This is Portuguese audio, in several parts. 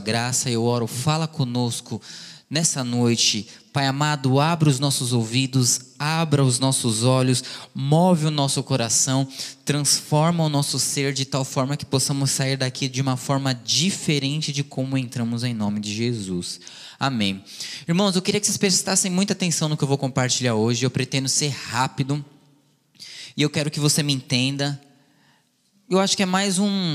Graça, eu oro, fala conosco nessa noite. Pai amado, abra os nossos ouvidos, abra os nossos olhos, move o nosso coração, transforma o nosso ser de tal forma que possamos sair daqui de uma forma diferente de como entramos, em nome de Jesus. Amém. Irmãos, eu queria que vocês prestassem muita atenção no que eu vou compartilhar hoje. Eu pretendo ser rápido e eu quero que você me entenda. Eu acho que é mais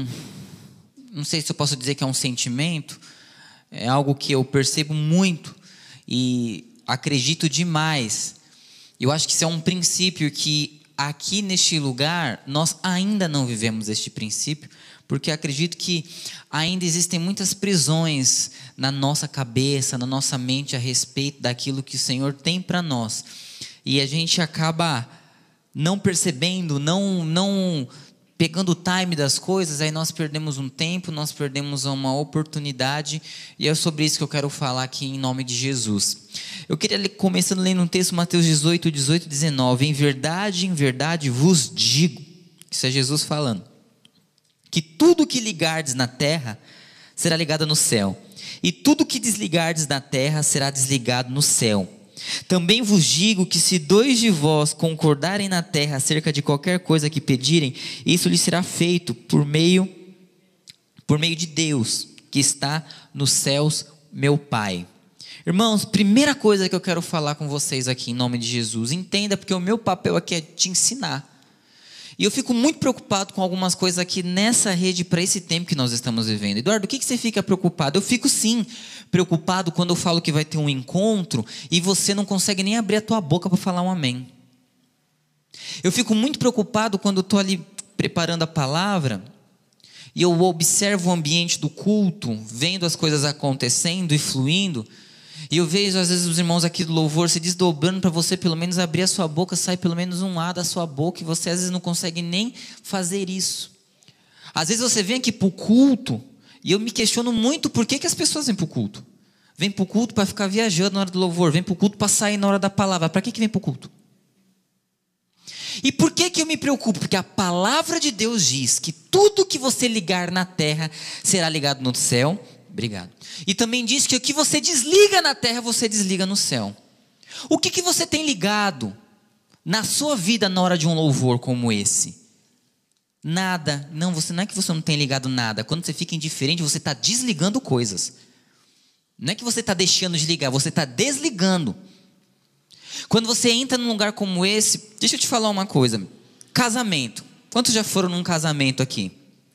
não sei se eu posso dizer que é um sentimento, é algo que eu percebo muito e acredito demais. Eu acho que isso é um princípio que aqui neste lugar nós ainda não vivemos este princípio, porque acredito que ainda existem muitas prisões na nossa cabeça, na nossa mente a respeito daquilo que o Senhor tem para nós. E a gente acaba não percebendo, não pegando o time das coisas, aí nós perdemos um tempo, nós perdemos uma oportunidade, e é sobre isso que eu quero falar aqui em nome de Jesus. Eu queria ler, começando lendo um texto, Mateus 18, 19, em verdade vos digo, isso é Jesus falando, que tudo que ligardes na terra, será ligado no céu, e tudo que desligardes na terra, será desligado no céu. Também vos digo que se 2 de vós concordarem na terra acerca de qualquer coisa que pedirem, isso lhes será feito por meio de Deus, que está nos céus, meu Pai. Irmãos, primeira coisa que eu quero falar com vocês aqui em nome de Jesus, entenda, porque o meu papel aqui é te ensinar. E eu fico muito preocupado com algumas coisas aqui nessa rede para esse tempo que nós estamos vivendo. Eduardo, o que você fica preocupado? Eu fico sim preocupado quando eu falo que vai ter um encontro e você não consegue nem abrir a tua boca para falar um amém. Eu fico muito preocupado quando eu estou ali preparando a palavra e eu observo o ambiente do culto, vendo as coisas acontecendo e fluindo, e eu vejo às vezes os irmãos aqui do louvor se desdobrando para você pelo menos abrir a sua boca, sai pelo menos um A da sua boca, e você às vezes não consegue nem fazer isso. Às vezes você vem aqui para o culto, e eu me questiono muito por que as pessoas vêm para o culto. Vem para o culto para ficar viajando na hora do louvor, vem para o culto para sair na hora da palavra. Para que vem para o culto? E por que eu me preocupo? Porque a palavra de Deus diz que tudo que você ligar na terra será ligado no céu. Obrigado. E também diz que o que você desliga na terra, você desliga no céu. O que você tem ligado na sua vida na hora de um louvor como esse? Nada. Não é que você não tem ligado nada. Quando você fica indiferente, você está desligando coisas. Não é que você está deixando de ligar, você está desligando. Quando você entra num lugar como esse, deixa eu te falar uma coisa. Casamento. Quantos já foram num casamento aqui?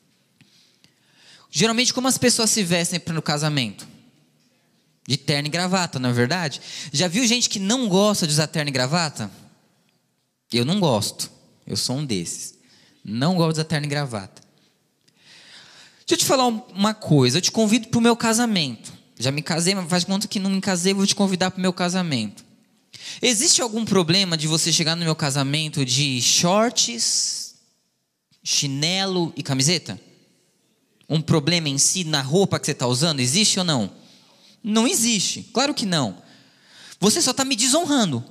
Geralmente, como as pessoas se vestem para o casamento? De terno e gravata, não é verdade? Já viu gente que não gosta de usar terno e gravata? Eu não gosto. Eu sou um desses. Não gosto de usar terno e gravata. Deixa eu te falar uma coisa. Eu te convido para o meu casamento. Já me casei, mas faz conta que não me casei, vou te convidar para o meu casamento. Existe algum problema de você chegar no meu casamento de shorts, chinelo e camiseta? Um problema em si na roupa que você está usando? Existe ou não? Não existe, claro que não. Você só está me desonrando.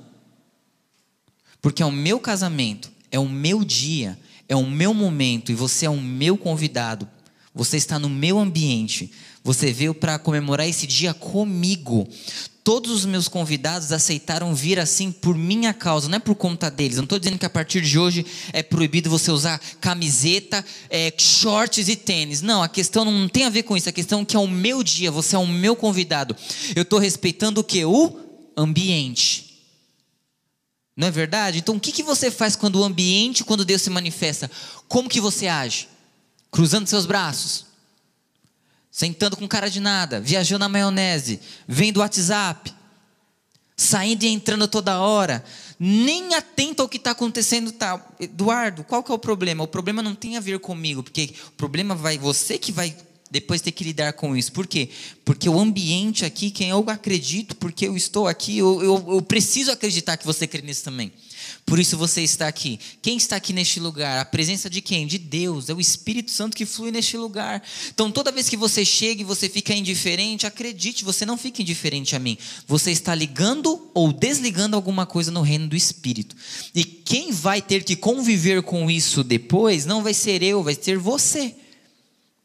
Porque é o meu casamento, é o meu dia, é o meu momento, e você é o meu convidado. Você está no meu ambiente. Você veio para comemorar esse dia comigo. Todos os meus convidados aceitaram vir assim por minha causa, não é por conta deles. Eu não estou dizendo que a partir de hoje é proibido você usar camiseta, shorts e tênis. Não, a questão não tem a ver com isso. A questão é que é o meu dia, você é o meu convidado. Eu estou respeitando o quê? O ambiente. Não é verdade? Então o que você faz quando o ambiente, quando Deus se manifesta? Como que você age? Cruzando seus braços? Sentando com cara de nada, viajando na maionese, vendo o WhatsApp, saindo e entrando toda hora, nem atento ao que está acontecendo. Eduardo, qual que é o problema? O problema não tem a ver comigo, porque o problema você que vai depois ter que lidar com isso. Por quê? Porque o ambiente aqui, quem eu acredito, porque eu estou aqui, eu preciso acreditar que você crê nisso também. Por isso você está aqui. Quem está aqui neste lugar? A presença de quem? De Deus. É o Espírito Santo que flui neste lugar. Então toda vez que você chega e você fica indiferente, acredite, você não fica indiferente a mim. Você está ligando ou desligando alguma coisa no reino do Espírito. E quem vai ter que conviver com isso depois não vai ser eu, vai ser você.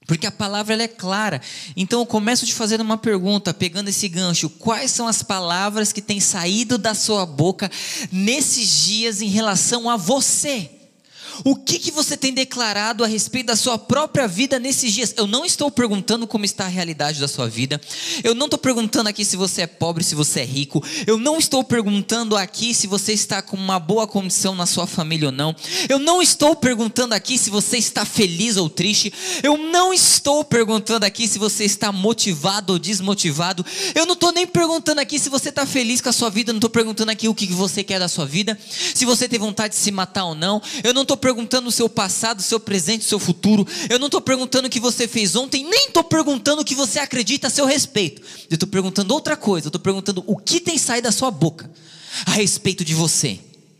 porque a palavra ela é clara. Então eu começo te fazendo uma pergunta, pegando esse gancho: quais são as palavras que têm saído da sua boca nesses dias em relação a você? O que você tem declarado a respeito da sua própria vida nesses dias? Eu não estou perguntando como está a realidade da sua vida. Eu não estou perguntando aqui se você é pobre, se você é rico. Eu não estou perguntando aqui se você está com uma boa condição na sua família ou não. Eu não estou perguntando aqui se você está feliz ou triste. Eu não estou perguntando aqui se você está motivado ou desmotivado. Eu não estou nem perguntando aqui se você está feliz com a sua vida. Eu não estou perguntando aqui o que você quer da sua vida, se você tem vontade de se matar ou não. Eu não estou perguntando o seu passado, o seu presente, o seu futuro. Eu não estou perguntando o que você fez ontem, nem estou perguntando o que você acredita a seu respeito. Eu estou perguntando outra coisa. Eu estou perguntando o que tem saído da sua boca a respeito de você.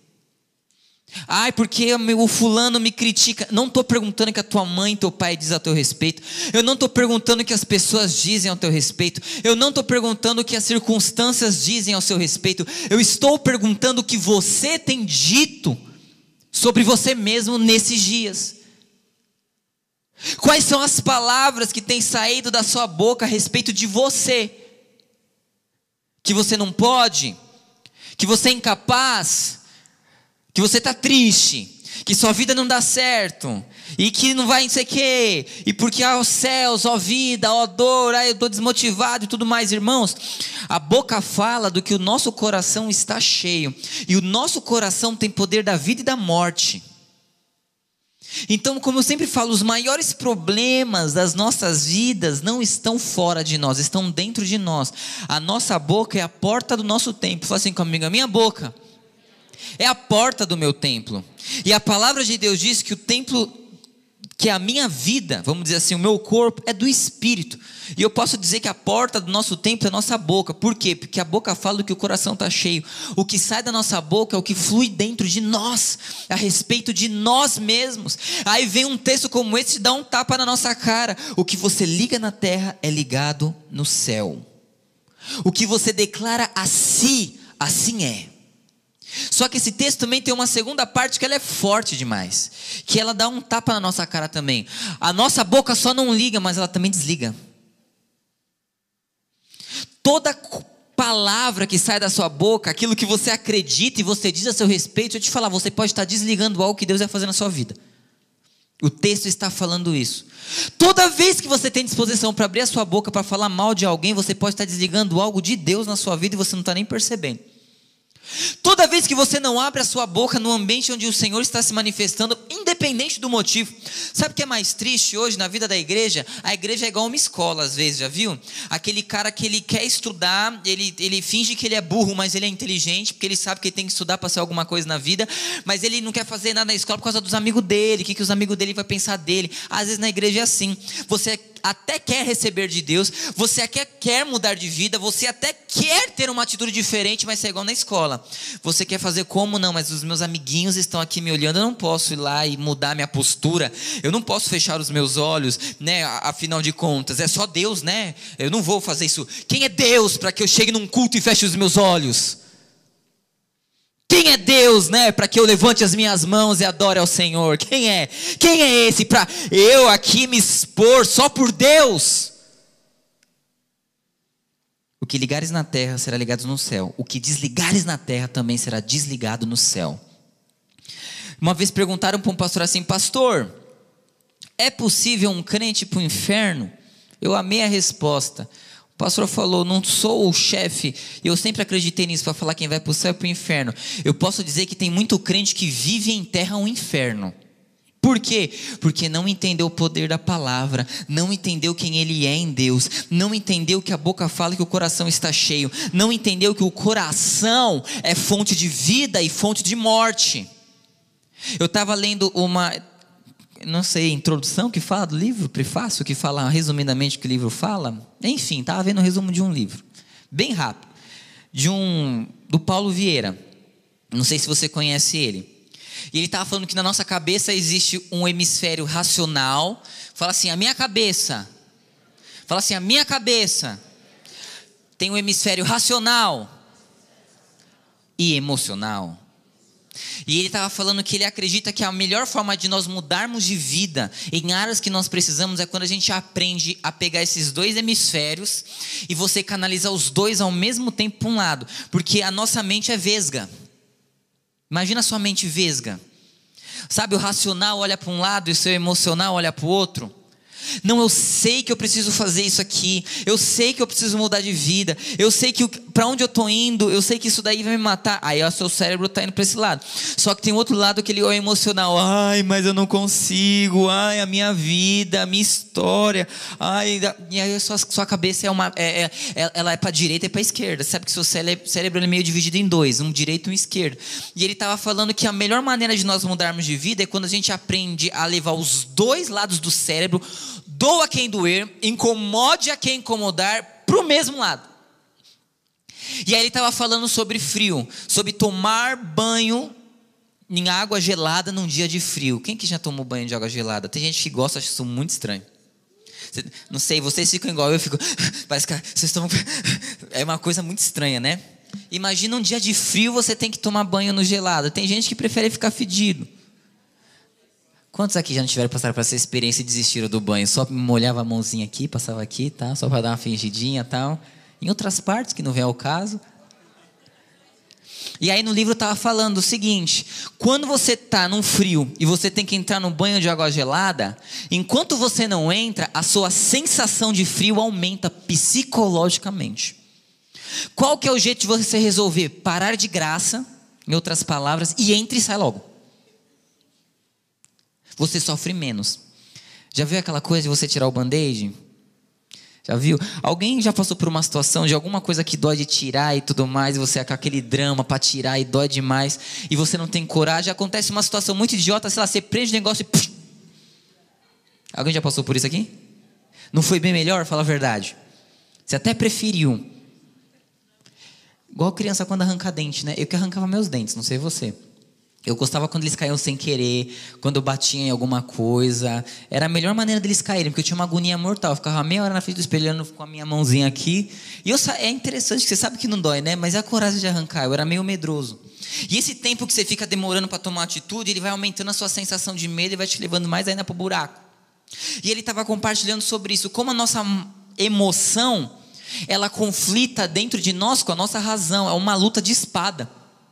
Ai, porque o fulano me critica. Não estou perguntando o que a tua mãe e teu pai dizem a teu respeito. Eu não estou perguntando o que as pessoas dizem ao teu respeito. Eu não estou perguntando o que as circunstâncias dizem ao seu respeito. Eu estou perguntando o que você tem dito sobre você mesmo nesses dias. Quais são as palavras que têm saído da sua boca a respeito de você? Que você não pode, que você é incapaz, que você está triste, que sua vida não dá certo, e que não vai não sei o quê, e porque ó céus, ó vida, ó dor, eu estou desmotivado e tudo mais. Irmãos, a boca fala do que o nosso coração está cheio, e o nosso coração tem poder da vida e da morte. Então, como eu sempre falo, os maiores problemas das nossas vidas não estão fora de nós, estão dentro de nós. A nossa boca é a porta do nosso templo. Fala assim comigo: a minha boca é a porta do meu templo. E a palavra de Deus diz que o templo, que é a minha vida, vamos dizer assim, o meu corpo é do Espírito. E eu posso dizer que a porta do nosso templo é a nossa boca. Por quê? Porque a boca fala do que o coração está cheio. O que sai da nossa boca é o que flui dentro de nós, a respeito de nós mesmos. Aí vem um texto como esse e dá um tapa na nossa cara: o que você liga na terra é ligado no céu. O que você declara a si, assim é. Só que esse texto também tem uma segunda parte que ela é forte demais, que ela dá um tapa na nossa cara também. A nossa boca só não liga, mas ela também desliga. Toda palavra que sai da sua boca, aquilo que você acredita e você diz a seu respeito, eu te falar, você pode estar desligando algo que Deus vai fazer na sua vida. O texto está falando isso. Toda vez que você tem disposição para abrir a sua boca para falar mal de alguém, você pode estar desligando algo de Deus na sua vida e você não está nem percebendo. Toda vez que você não abre a sua boca no ambiente onde o Senhor está se manifestando, independente do motivo. Sabe o que é mais triste hoje na vida da igreja? A igreja é igual uma escola às vezes, já viu? Aquele cara que ele quer estudar, ele finge que ele é burro, mas ele é inteligente, porque ele sabe que ele tem que estudar para ser alguma coisa na vida, mas ele não quer fazer nada na escola por causa dos amigos dele. O que os amigos dele vão pensar dele? Às vezes na igreja é assim. Você até quer receber de Deus, você até quer mudar de vida, você até quer ter uma atitude diferente, mas é igual na escola. Você quer fazer como? Não, mas os meus amiguinhos estão aqui me olhando, eu não posso ir lá e mudar minha postura, eu não posso fechar os meus olhos, né? Afinal de contas, é só Deus, né? Eu não vou fazer isso. Quem é Deus para que eu chegue num culto e feche os meus olhos? Quem é Deus, né, para que eu levante as minhas mãos e adore ao Senhor? Quem é? Quem é esse para eu aqui me expor só por Deus? O que ligares na terra será ligado no céu. O que desligares na terra também será desligado no céu. Uma vez perguntaram para um pastor assim: pastor, é possível um crente ir para o inferno? Eu amei a resposta. O pastor falou: não sou o chefe, eu sempre acreditei nisso, para falar quem vai para o céu e para o inferno. Eu posso dizer que tem muito crente que vive e enterra um inferno. Por quê? Porque não entendeu o poder da palavra, não entendeu quem ele é em Deus, não entendeu que a boca fala que o coração está cheio, não entendeu que o coração é fonte de vida e fonte de morte. Eu estava lendo uma, não sei, introdução que fala do livro, prefácio que fala resumidamente o que o livro fala. Enfim, estava vendo o resumo de um livro, bem rápido, do Paulo Vieira. Não sei se você conhece ele. E ele estava falando que na nossa cabeça existe um hemisfério racional. Fala assim, a minha cabeça. Fala assim, a minha cabeça tem um hemisfério racional e emocional. E ele estava falando que ele acredita que a melhor forma de nós mudarmos de vida em áreas que nós precisamos é quando a gente aprende a pegar esses dois hemisférios e você canalizar os dois ao mesmo tempo para um lado. Porque a nossa mente é vesga. Imagina a sua mente vesga. Sabe, o racional olha para um lado e o seu emocional olha para o outro. Não, eu sei que eu preciso fazer isso aqui, eu sei que eu preciso mudar de vida, eu sei que para onde eu estou indo, eu sei que isso daí vai me matar. Aí o seu cérebro está indo para esse lado. Só que tem outro lado que ele é o emocional. Ai, mas eu não consigo. Ai, a minha vida, a minha história. Ai, e aí a sua cabeça ela é para a direita e para a esquerda. Sabe que seu cérebro é meio dividido em dois, um direito e um esquerdo. E ele estava falando que a melhor maneira de nós mudarmos de vida é quando a gente aprende a levar os dois lados do cérebro, doa quem doer, incomode a quem incomodar, para o mesmo lado. E aí ele estava falando sobre frio, sobre tomar banho em água gelada num dia de frio. Quem que já tomou banho de água gelada? Tem gente que gosta, acha isso muito estranho. Não sei, vocês ficam igual eu fico. Parece que vocês estão. É uma coisa muito estranha, né? Imagina um dia de frio, você tem que tomar banho no gelado. Tem gente que prefere ficar fedido. Quantos aqui já não tiveram passado por essa experiência e desistiram do banho? Só molhava a mãozinha aqui, passava aqui, tá? Só para dar uma fingidinha e tal. Em outras partes, que não vem ao caso. E aí no livro estava falando o seguinte: quando você está num frio e você tem que entrar no banho de água gelada, enquanto você não entra, a sua sensação de frio aumenta psicologicamente. Qual que é o jeito de você resolver? Parar de graça, em outras palavras, e entre e sai logo. Você sofre menos. Já viu aquela coisa de você tirar o band-aid? Já viu? Alguém já passou por uma situação de alguma coisa que dói de tirar e tudo mais, e você com aquele drama para tirar e dói demais, e você não tem coragem, acontece uma situação muito idiota, sei lá, você prende o negócio e... Alguém já passou por isso aqui? Não foi bem melhor? Fala a verdade. Você até preferiu. Igual criança quando arranca dente, né? Eu que arrancava meus dentes, não sei você. Eu gostava quando eles caíam sem querer, quando eu batia em alguma coisa. Era a melhor maneira deles caírem, porque eu tinha uma agonia mortal. Eu ficava meia hora na frente do espelho com a minha mãozinha aqui. E é interessante, que você sabe que não dói, né? Mas é a coragem de arrancar, eu era meio medroso. E esse tempo que você fica demorando para tomar atitude, ele vai aumentando a sua sensação de medo e vai te levando mais ainda para o buraco. E ele estava compartilhando sobre isso, como a nossa emoção, ela conflita dentro de nós com a nossa razão. É uma luta de espada.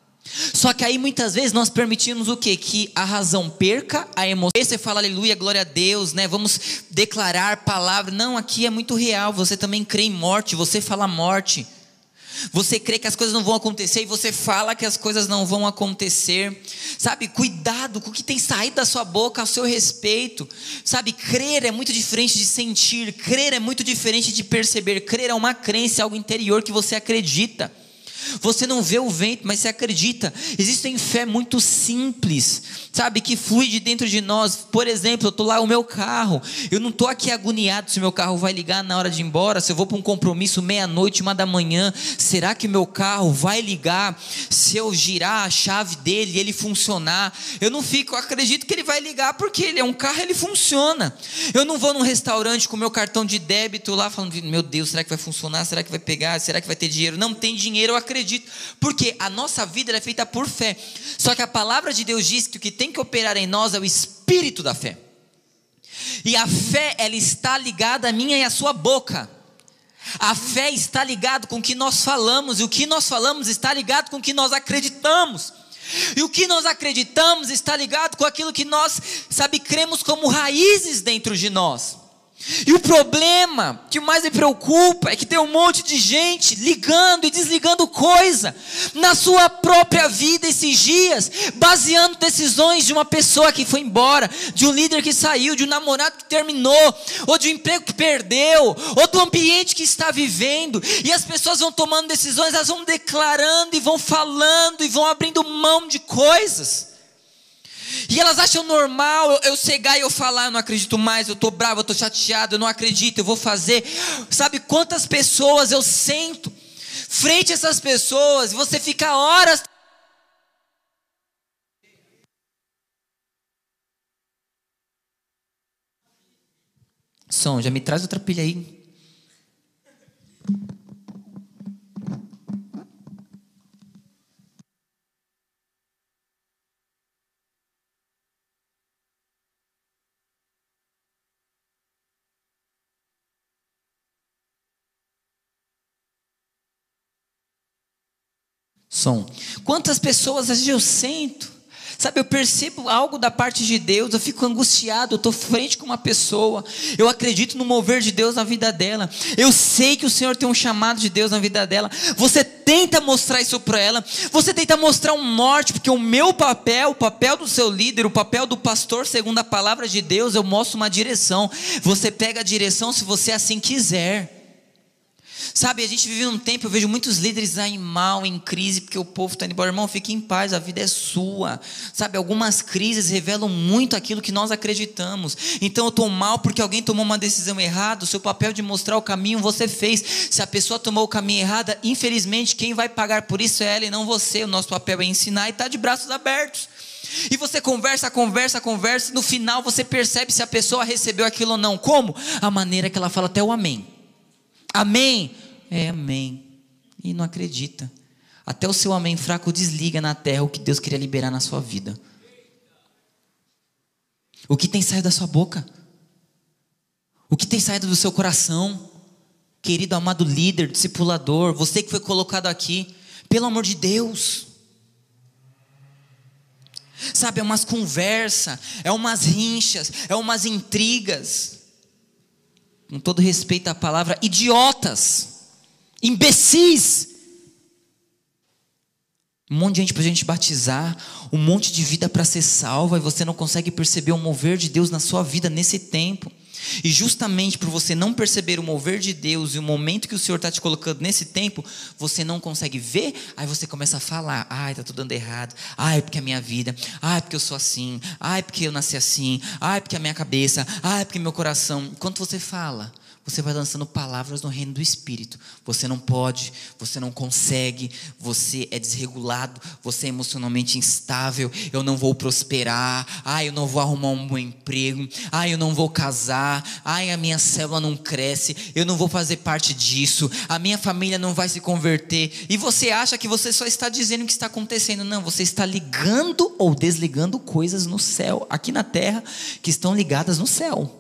Só que aí muitas vezes nós permitimos o quê? Que a razão perca a emoção. Você fala aleluia, glória a Deus, né? Vamos declarar palavra. Não, aqui é muito real. Você também crê em morte, você fala morte. Você crê que as coisas não vão acontecer e você fala que as coisas não vão acontecer. Sabe, cuidado com o que tem saído da sua boca a seu respeito. Sabe, crer é muito diferente de sentir. Crer é muito diferente de perceber. Crer é uma crença, é algo interior que você acredita. Você não vê o vento, mas você acredita. Existem fé muito simples, sabe, que flui de dentro de nós. Por exemplo, eu estou lá, o meu carro, eu não estou aqui agoniado se o meu carro vai ligar na hora de ir embora. Se eu vou para um compromisso meia-noite, 1h, será que o meu carro vai ligar? Se eu girar a chave dele e ele funcionar, eu não fico, eu acredito que ele vai ligar, porque ele é um carro, ele funciona. Eu não vou num restaurante com o meu cartão de débito lá falando, meu Deus, será que vai funcionar? Será que vai pegar? Será que vai ter dinheiro? Não tem dinheiro, eu acredito, porque a nossa vida é feita por fé. Só que a palavra de Deus diz que o que tem que operar em nós é o espírito da fé. E a fé, ela está ligada à minha e à sua boca. A fé está ligada com o que nós falamos, e o que nós falamos está ligado com o que nós acreditamos. E o que nós acreditamos está ligado com aquilo que nós, sabe, cremos como raízes dentro de nós. E o problema que mais me preocupa é que tem um monte de gente ligando e desligando coisa na sua própria vida esses dias, baseando decisões de uma pessoa que foi embora, de um líder que saiu, de um namorado que terminou, ou de um emprego que perdeu, ou do ambiente que está vivendo. E as pessoas vão tomando decisões, elas vão declarando e vão falando e vão abrindo mão de coisas. E elas acham normal eu cegar e eu falar, eu não acredito mais, eu estou bravo, eu estou chateado, eu não acredito, eu vou fazer. Sabe quantas pessoas eu sento frente a essas pessoas, e você fica horas... Som, já me traz outra pilha aí. Som. Quantas pessoas, às vezes eu sento, sabe, eu percebo algo da parte de Deus, eu fico angustiado, eu estou frente com uma pessoa, eu acredito no mover de Deus na vida dela, eu sei que o Senhor tem um chamado de Deus na vida dela, você tenta mostrar isso para ela, você tenta mostrar um norte, porque o meu papel, o papel do seu líder, o papel do pastor, segundo a palavra de Deus, eu mostro uma direção, você pega a direção se você assim quiser. Sabe, a gente vive num tempo, eu vejo muitos líderes aí mal, em crise, porque o povo está indo embora. Irmão, fique em paz, a vida é sua. Sabe, algumas crises revelam muito aquilo que nós acreditamos. Então eu estou mal porque alguém tomou uma decisão errada, o seu papel de mostrar o caminho você fez. Se a pessoa tomou o caminho errado, infelizmente quem vai pagar por isso é ela e não você. O nosso papel é ensinar e estar de braços abertos. E você conversa, e no final você percebe se a pessoa recebeu aquilo ou não. Como? A maneira que ela fala até o amém. Amém? É amém. E não acredita. Até o seu amém fraco desliga na terra o que Deus queria liberar na sua vida. O que tem saído da sua boca? O que tem saído do seu coração? Querido amado líder, discipulador, você que foi colocado aqui, pelo amor de Deus. Sabe, é umas conversas, é umas rinchas, é umas intrigas. Com todo respeito à palavra, idiotas, imbecis. Um monte de gente para a gente batizar, um monte de vida para ser salva, e você não consegue perceber o mover de Deus na sua vida nesse tempo. E justamente por você não perceber o mover de Deus e o momento que o Senhor está te colocando nesse tempo, você não consegue ver, aí você começa a falar: ai, está tudo dando errado, ai, porque a minha vida, ai, porque eu sou assim, ai, porque eu nasci assim, ai, porque a minha cabeça, ai, porque meu coração. Enquanto você fala, você vai lançando palavras no reino do Espírito. Você não pode, você não consegue, você é desregulado, você é emocionalmente instável, eu não vou prosperar, eu não vou arrumar um bom emprego, eu não vou casar, a minha célula não cresce, eu não vou fazer parte disso, a minha família não vai se converter. E você acha que você só está dizendo o que está acontecendo. Não, você está ligando ou desligando coisas no céu, aqui na terra, que estão ligadas no céu.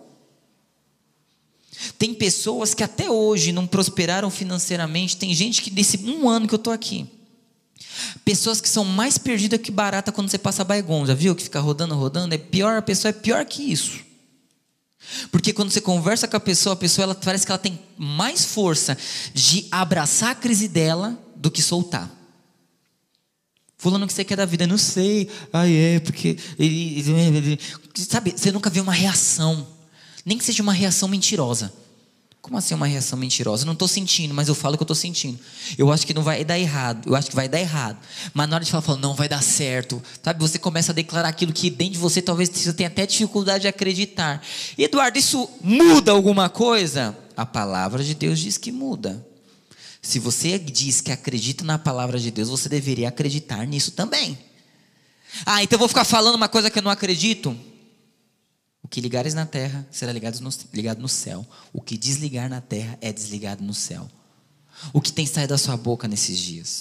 Tem pessoas que até hoje não prosperaram financeiramente. Tem gente que desse um ano que eu estou aqui, pessoas que são mais perdidas que barata quando você passa Baygon. Já viu que fica rodando, é pior, a pessoa é pior que isso. Porque quando você conversa com a pessoa ela parece que ela tem mais força de abraçar a crise dela do que soltar. Fulano, o que você quer da vida? Não sei. Porque sabe, você nunca viu uma reação, nem que seja uma reação mentirosa. Como assim uma reação mentirosa? Eu não estou sentindo, mas eu falo que eu estou sentindo. Eu acho que não vai dar errado. Eu acho que vai dar errado. Mas na hora de falar, não, vai dar certo. Sabe, você começa a declarar aquilo que dentro de você talvez você tenha até dificuldade de acreditar. Eduardo, isso muda alguma coisa? A palavra de Deus diz que muda. Se você diz que acredita na palavra de Deus, você deveria acreditar nisso também. Então eu vou ficar falando uma coisa que eu não acredito? O que ligares na terra será ligado no céu. O que desligar na terra é desligado no céu. O que tem saído da sua boca nesses dias?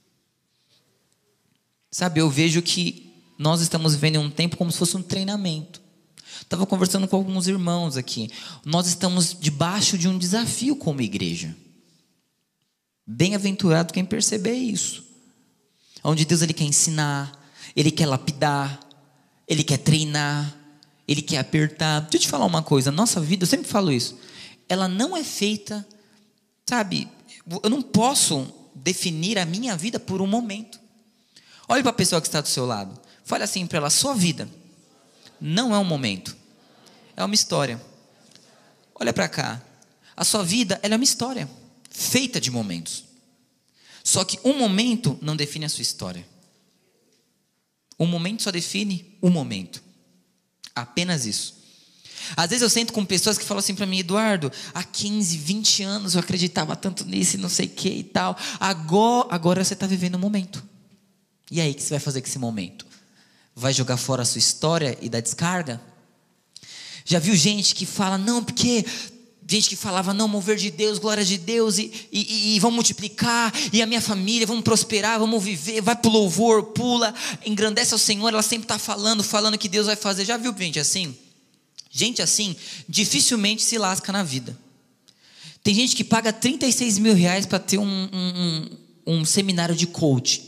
Sabe, eu vejo que nós estamos vivendo um tempo como se fosse um treinamento. Estava conversando com alguns irmãos aqui. Nós estamos debaixo de um desafio como igreja. Bem-aventurado quem perceber isso. Onde Deus ele quer ensinar, Ele quer lapidar, Ele quer treinar, Ele quer apertar. Deixa eu te falar uma coisa, nossa vida, eu sempre falo isso, ela não é feita, sabe, eu não posso definir a minha vida por um momento. Olhe para a pessoa que está do seu lado, fale assim para ela: sua vida não é um momento, é uma história. Olha para cá, a sua vida ela é uma história, feita de momentos. Só que um momento não define a sua história. Um momento só define um momento. Apenas isso. Às vezes eu sento com pessoas que falam assim para mim: Eduardo, há 15, 20 anos eu acreditava tanto nisso e não sei o que e tal. Agora você está vivendo um momento. E aí, o que você vai fazer com esse momento? Vai jogar fora a sua história e dar descarga? Já viu gente que fala: não, porque... gente que falava: não, mover de Deus, glória de Deus, e vamos multiplicar, e a minha família, vamos prosperar, vamos viver, vai pro louvor, pula, engrandece ao Senhor. Ela sempre está falando que Deus vai fazer. Já viu gente assim? Gente assim dificilmente se lasca na vida. Tem gente que paga 36 mil reais para ter um seminário de coach.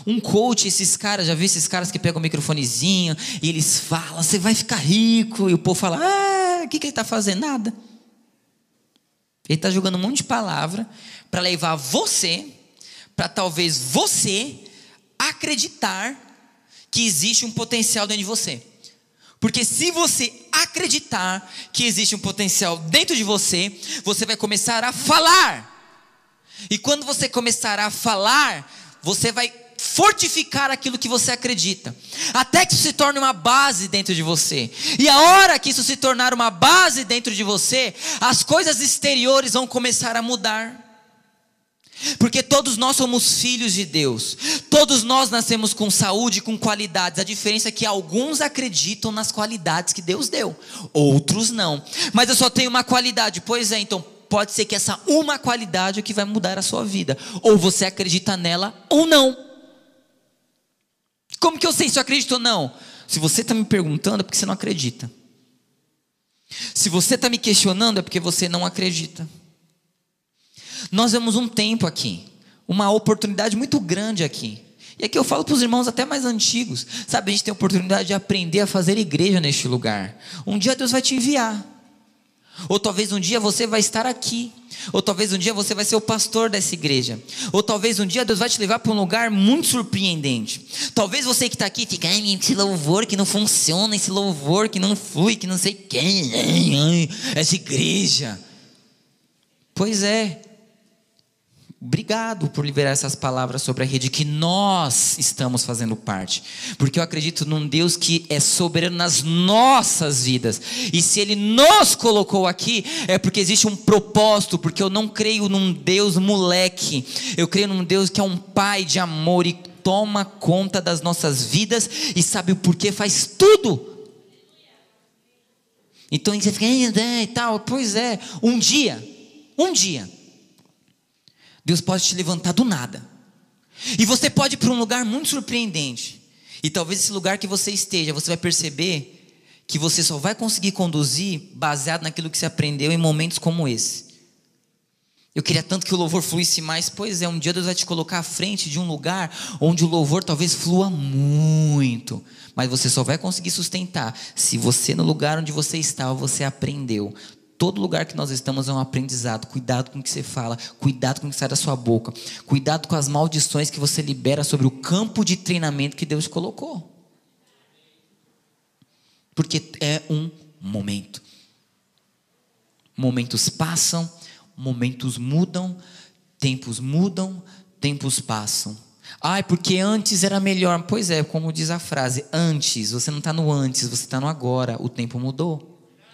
Um coach, esses caras, já vi esses caras que pegam o microfonezinho e eles falam, você vai ficar rico. E o povo fala, o que ele está fazendo? Nada. Ele está jogando um monte de palavra para levar você, para talvez você acreditar que existe um potencial dentro de você. Porque se você acreditar que existe um potencial dentro de você, você vai começar a falar. E quando você começar a falar, você vai fortificar aquilo que você acredita, até que isso se torne uma base dentro de você. E a hora que isso se tornar uma base dentro de você, as coisas exteriores vão começar a mudar. Porque todos nós somos filhos de Deus. Todos nós nascemos com saúde e com qualidades. A diferença é que alguns acreditam nas qualidades que Deus deu, outros não. Mas eu só tenho uma qualidade. Pois é, então pode ser que essa uma qualidade é o que vai mudar a sua vida. Ou você acredita nela ou não. Como que eu sei se eu acredito ou não? Se você está me perguntando é porque você não acredita. Se você está me questionando é porque você não acredita. Nós vemos um tempo aqui, uma oportunidade muito grande aqui. E aqui eu falo para os irmãos até mais antigos. Sabe, a gente tem a oportunidade de aprender a fazer igreja neste lugar. Um dia Deus vai te enviar. Ou talvez um dia você vai estar aqui. Ou talvez um dia você vai ser o pastor dessa igreja. Ou talvez um dia Deus vai te levar para um lugar muito surpreendente. Talvez você que está aqui fique, esse louvor que não funciona, esse louvor que não flui, que não sei quem, essa igreja. Pois é. Obrigado por liberar essas palavras sobre a rede que nós estamos fazendo parte, porque eu acredito num Deus que é soberano nas nossas vidas, e se Ele nos colocou aqui, é porque existe um propósito, porque eu não creio num Deus moleque, eu creio num Deus que é um Pai de amor e toma conta das nossas vidas e sabe o porquê faz tudo. Então você fica e tal, pois é, um dia Deus pode te levantar do nada. E você pode ir para um lugar muito surpreendente. E talvez esse lugar que você esteja, você vai perceber que você só vai conseguir conduzir baseado naquilo que você aprendeu em momentos como esse. Eu queria tanto que o louvor fluísse mais. Pois é, um dia Deus vai te colocar à frente de um lugar onde o louvor talvez flua muito. Mas você só vai conseguir sustentar se você, no lugar onde você estava, você aprendeu. Todo lugar que nós estamos é um aprendizado. Cuidado com o que você fala, cuidado com o que sai da sua boca, cuidado com as maldições que você libera sobre o campo de treinamento que Deus colocou. Porque é um momento. Momentos passam, momentos mudam, tempos passam. Porque antes era melhor. Pois é, como diz a frase, antes, você não está no antes, você está no agora, o tempo mudou.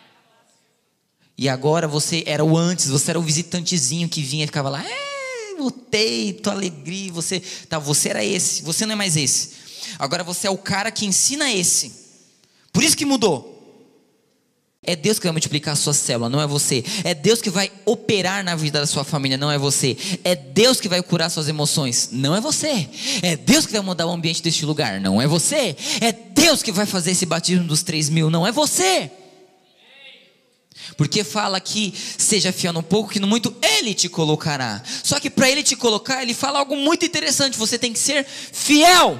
E agora você era o antes, você era o visitantezinho que vinha e ficava lá, voltei, tua alegria, você era esse, você não é mais esse. Agora você é o cara que ensina esse. Por isso que mudou. É Deus que vai multiplicar a sua célula, não é você. É Deus que vai operar na vida da sua família, não é você. É Deus que vai curar suas emoções, não é você. É Deus que vai mudar o ambiente deste lugar, não é você. É Deus que vai fazer esse batismo dos 3.000, não é você. Porque fala que seja fiel no pouco, que no muito Ele te colocará. Só que para Ele te colocar, Ele fala algo muito interessante. Você tem que ser fiel.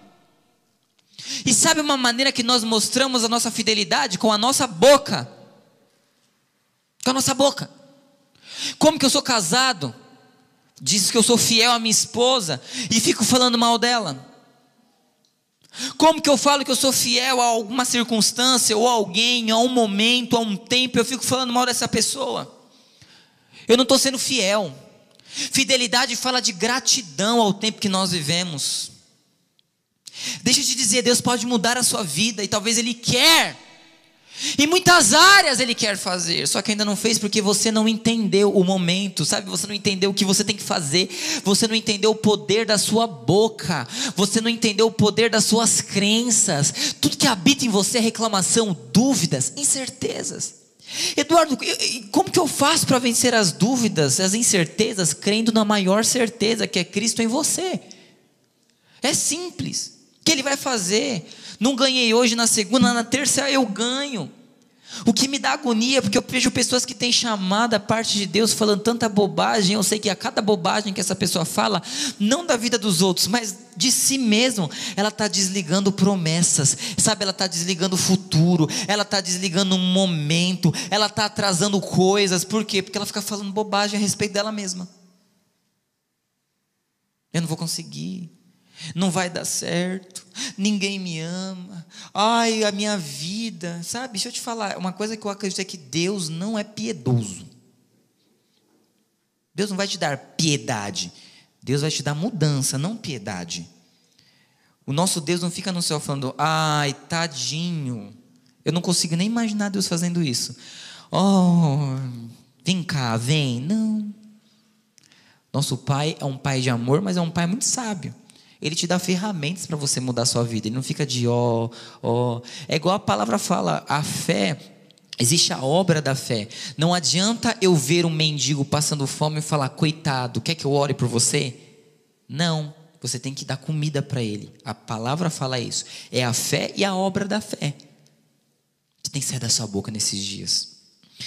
E sabe uma maneira que nós mostramos a nossa fidelidade? Com a nossa boca. Com a nossa boca. Como que eu sou casado? Diz que eu sou fiel à minha esposa e fico falando mal dela. Como que eu falo que eu sou fiel a alguma circunstância, ou a alguém, a um momento, a um tempo, eu fico falando mal dessa pessoa? Eu não estou sendo fiel. Fidelidade fala de gratidão ao tempo que nós vivemos. Deixa eu te dizer, Deus pode mudar a sua vida, e talvez Ele quer. Em muitas áreas Ele quer fazer, só que ainda não fez porque você não entendeu o momento, sabe? Você não entendeu o que você tem que fazer, você não entendeu o poder da sua boca, você não entendeu o poder das suas crenças. Tudo que habita em você é reclamação, dúvidas, incertezas. Eduardo, como que eu faço para vencer as dúvidas, as incertezas, crendo na maior certeza que é Cristo em você? É simples. O que Ele vai fazer? Não ganhei hoje, na segunda, na terça eu ganho. O que me dá agonia, porque eu vejo pessoas que têm chamada a parte de Deus falando tanta bobagem. Eu sei que a cada bobagem que essa pessoa fala, não da vida dos outros, mas de si mesmo, ela está desligando promessas, sabe? Ela está desligando o futuro, ela está desligando um momento, ela está atrasando coisas. Por quê? Porque ela fica falando bobagem a respeito dela mesma. Eu não vou conseguir, não vai dar certo, ninguém me ama, ai, a minha vida, sabe? Deixa eu te falar, uma coisa que eu acredito é que Deus não é piedoso. Deus não vai te dar piedade, Deus vai te dar mudança, não piedade. O nosso Deus não fica no céu falando, ai, tadinho, eu não consigo nem imaginar Deus fazendo isso. Oh, vem cá, vem, não. Nosso Pai é um Pai de amor, mas é um Pai muito sábio. Ele te dá ferramentas para você mudar a sua vida. Ele não fica de ó. É igual a palavra fala, a fé, existe a obra da fé. Não adianta eu ver um mendigo passando fome e falar, coitado, quer que eu ore por você? Não, você tem que dar comida para ele. A palavra fala isso. É a fé e a obra da fé que tem que sair da sua boca nesses dias.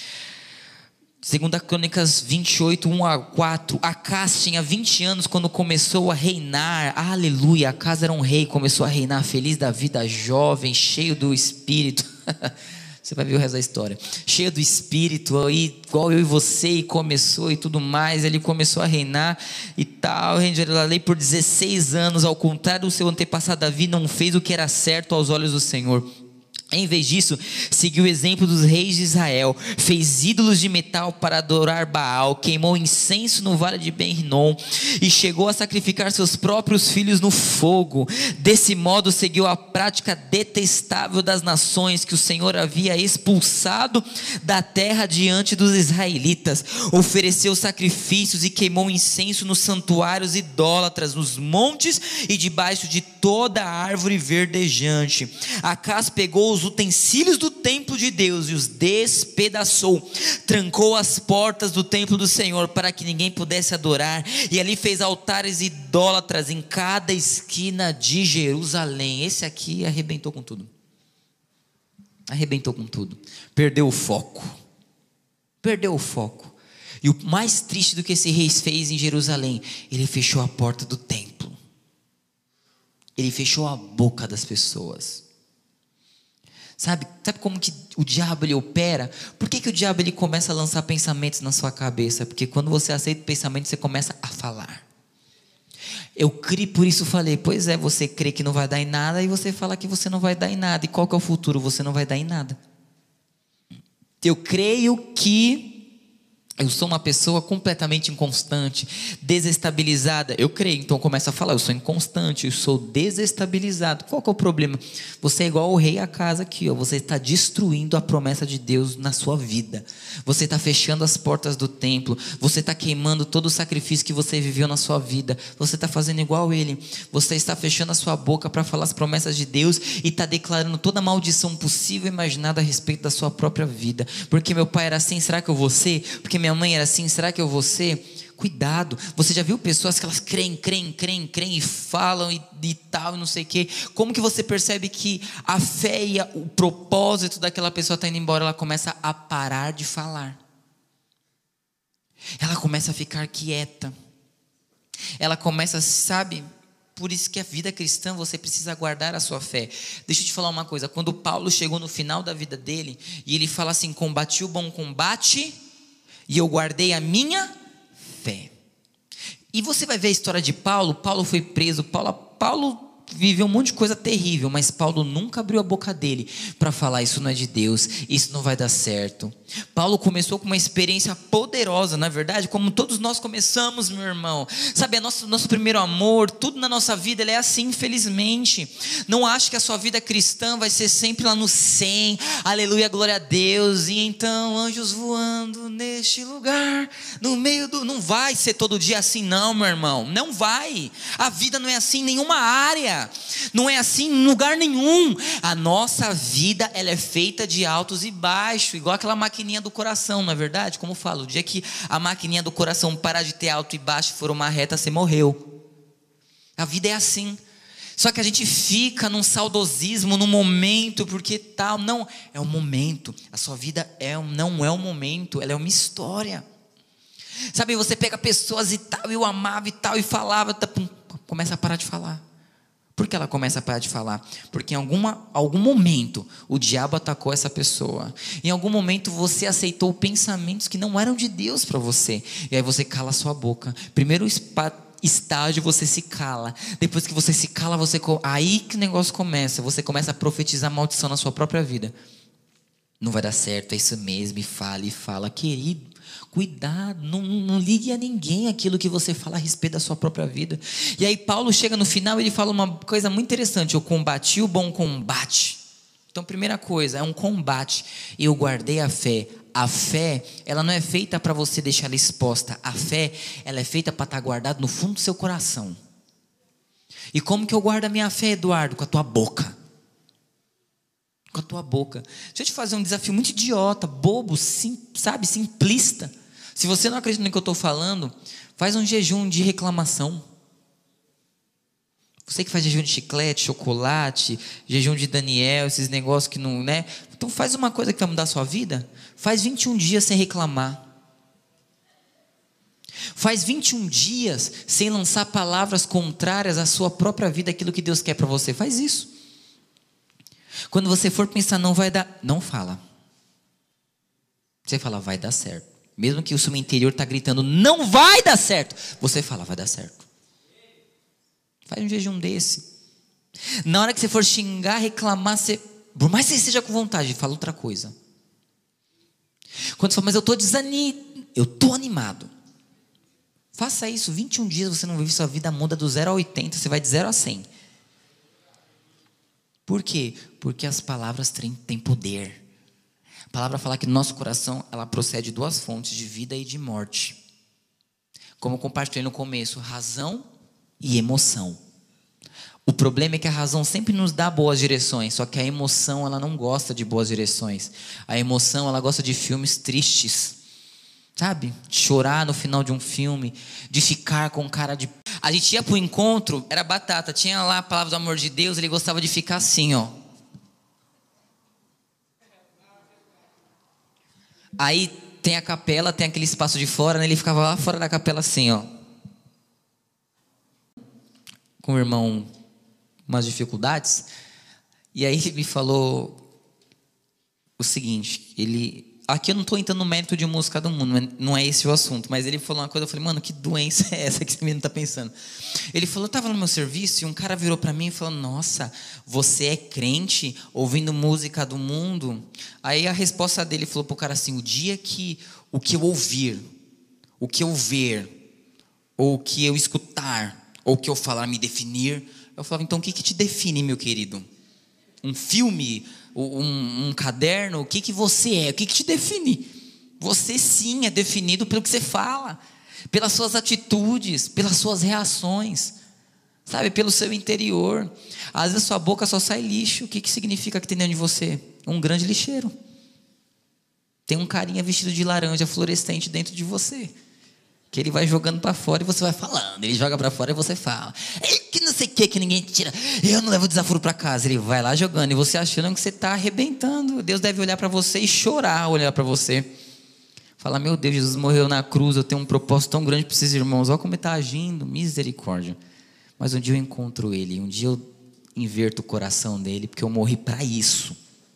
2 Crônicas 28, 1-4, Acás tinha 20 anos quando começou a reinar, aleluia, Acás era um rei, começou a reinar feliz da vida, jovem, cheio do Espírito, você vai ver o resto da história, cheio do Espírito, aí, igual eu e você, e começou e tudo mais, ele começou a reinar e tal, reinou a lei por 16 anos, ao contrário do seu antepassado Davi, não fez o que era certo aos olhos do Senhor. Em vez disso, seguiu o exemplo dos reis de Israel, fez ídolos de metal para adorar Baal, queimou incenso no vale de Ben-Rinom e chegou a sacrificar seus próprios filhos no fogo. Desse modo seguiu a prática detestável das nações que o Senhor havia expulsado da terra diante dos israelitas. Ofereceu sacrifícios e queimou incenso nos santuários idólatras, nos montes e debaixo de toda a árvore verdejante. Acás pegou os utensílios do templo de Deus e os despedaçou, trancou as portas do templo do Senhor para que ninguém pudesse adorar, e ali fez altares idólatras em cada esquina de Jerusalém. Esse aqui arrebentou com tudo, perdeu o foco, e o mais triste do que esse rei fez em Jerusalém, ele fechou a porta do templo, ele fechou a boca das pessoas. Sabe como que o diabo ele opera? Por que o diabo ele começa a lançar pensamentos na sua cabeça? Porque quando você aceita o pensamento, você começa a falar. Eu criei, por isso falei, pois é, você crê que não vai dar em nada, e você fala que você não vai dar em nada. E qual que é o futuro? Você não vai dar em nada. Eu creio que eu sou uma pessoa completamente inconstante, desestabilizada. Eu creio, então eu começo a falar, eu sou inconstante, eu sou desestabilizado. Qual que é o problema? Você é igual o rei Acás aqui, ó. Você está destruindo a promessa de Deus na sua vida. Você está fechando as portas do templo. Você está queimando todo o sacrifício que você viveu na sua vida. Você está fazendo igual ele. Você está fechando a sua boca para falar as promessas de Deus e está declarando toda a maldição possível e imaginada a respeito da sua própria vida. Porque meu pai era assim, será que eu vou ser? Porque minha mãe era assim, será que eu vou ser? Cuidado, você já viu pessoas que elas creem e falam e tal, e não sei o quê. Como que você percebe que a fé e o propósito daquela pessoa está indo embora? Ela começa a parar de falar, ela começa a ficar quieta, ela começa, sabe? Por isso que a vida cristã, você precisa guardar a sua fé. Deixa eu te falar uma coisa, quando Paulo chegou no final da vida dele, e ele fala assim, combati o bom combate, e eu guardei a minha fé. E você vai ver a história de Paulo. Paulo foi preso, Paulo viveu um monte de coisa terrível, mas Paulo nunca abriu a boca dele para falar, isso não é de Deus, isso não vai dar certo. Paulo começou com uma experiência poderosa, na verdade, como todos nós começamos, meu irmão. Sabe, nosso primeiro amor, tudo na nossa vida, ele é assim, infelizmente. Não acho que a sua vida cristã vai ser sempre lá no 100, aleluia, glória a Deus, e então anjos voando neste lugar, no meio do... Não vai ser todo dia assim não, meu irmão, não vai. A vida não é assim em nenhuma área, não é assim em lugar nenhum. A nossa vida, ela é feita de altos e baixos, igual aquela maquininha do coração, não é verdade? Como eu falo, o dia que a maquininha do coração parar de ter alto e baixo e for uma reta, você morreu. A vida é assim. Só que a gente fica num saudosismo, num momento, porque tal. Não, é um momento. A sua vida não é um momento, ela é uma história. Sabe, você pega pessoas e tal, eu amava e tal, e falava, começa a parar de falar. Por que ela começa a parar de falar? Porque em algum momento o diabo atacou essa pessoa. Em algum momento você aceitou pensamentos que não eram de Deus para você. E aí você cala a sua boca. Primeiro estágio, você se cala. Depois que você se cala, aí que o negócio começa. Você começa a profetizar maldição na sua própria vida. Não vai dar certo, é isso mesmo. E fala. Querido, cuidado, não ligue a ninguém aquilo que você fala a respeito da sua própria vida. E aí Paulo chega no final e ele fala uma coisa muito interessante: eu combati o bom combate. Então, primeira coisa, é um combate. Eu guardei a fé. A fé, ela não é feita para você deixar ela exposta. A fé, ela é feita para estar guardada no fundo do seu coração. E como que eu guardo a minha fé, Eduardo? Com a tua boca. Com a tua boca. Deixa eu te fazer um desafio muito idiota, bobo, simplista. Se você não acredita no que eu estou falando, faz um jejum de reclamação. Você que faz jejum de chiclete, chocolate, jejum de Daniel, esses negócios que não, né? Então faz uma coisa que vai mudar a sua vida. Faz 21 dias sem reclamar. Faz 21 dias sem lançar palavras contrárias à sua própria vida, aquilo que Deus quer para você. Faz isso. Quando você for pensar, não vai dar, não fala. Você fala, vai dar certo. Mesmo que o seu interior está gritando, não vai dar certo. Você fala, vai dar certo. Faz um jejum desse. Na hora que você for xingar, reclamar, por mais que você esteja com vontade, fala outra coisa. Quando você fala, mas eu estou animado. Faça isso, 21 dias você não vive, sua vida muda do 0 a 80, você vai de 0 a 100. Por quê? Porque as palavras têm poder. A palavra fala que no nosso coração, ela procede de duas fontes, de vida e de morte. Como eu compartilhei no começo, razão e emoção. O problema é que a razão sempre nos dá boas direções, só que a emoção, ela não gosta de boas direções. A emoção, ela gosta de filmes tristes, sabe? De chorar no final de um filme, de ficar com cara de... A gente ia pro encontro, era batata, tinha lá a palavra do amor de Deus, ele gostava de ficar assim, ó. Aí tem a capela, tem aquele espaço de fora, né? Ele ficava lá fora da capela assim, ó. Com o irmão, umas dificuldades. E aí ele me falou o seguinte, aqui eu não estou entrando no mérito de música do mundo, não é esse o assunto, mas ele falou uma coisa, eu falei, mano, que doença é essa que esse menino está pensando? Ele falou, eu estava no meu serviço e um cara virou para mim e falou, nossa, você é crente ouvindo música do mundo? Aí a resposta dele falou para o cara assim, o dia que o que eu ouvir, o que eu ver, ou o que eu escutar, ou o que eu falar me definir, eu falava, então o que te define, meu querido? Um filme, um caderno, o que você é? O que te define? Você sim é definido pelo que você fala, pelas suas atitudes, pelas suas reações, sabe? Pelo seu interior. Às vezes a sua boca só sai lixo. O que significa que tem dentro de você? Um grande lixeiro. Tem um carinha vestido de laranja fluorescente dentro de você, que ele vai jogando para fora e você vai falando. Ele joga para fora e você fala, que não sei o que ninguém tira, eu não levo desaforo para casa. Ele vai lá jogando e você achando que você está arrebentando. Deus deve olhar para você e chorar, olhar para você, falar, meu Deus, Jesus morreu na cruz, eu tenho um propósito tão grande para esses irmãos, olha como ele está agindo, misericórdia. Mas um dia eu encontro ele, um dia eu inverto o coração dele, porque eu morri para isso.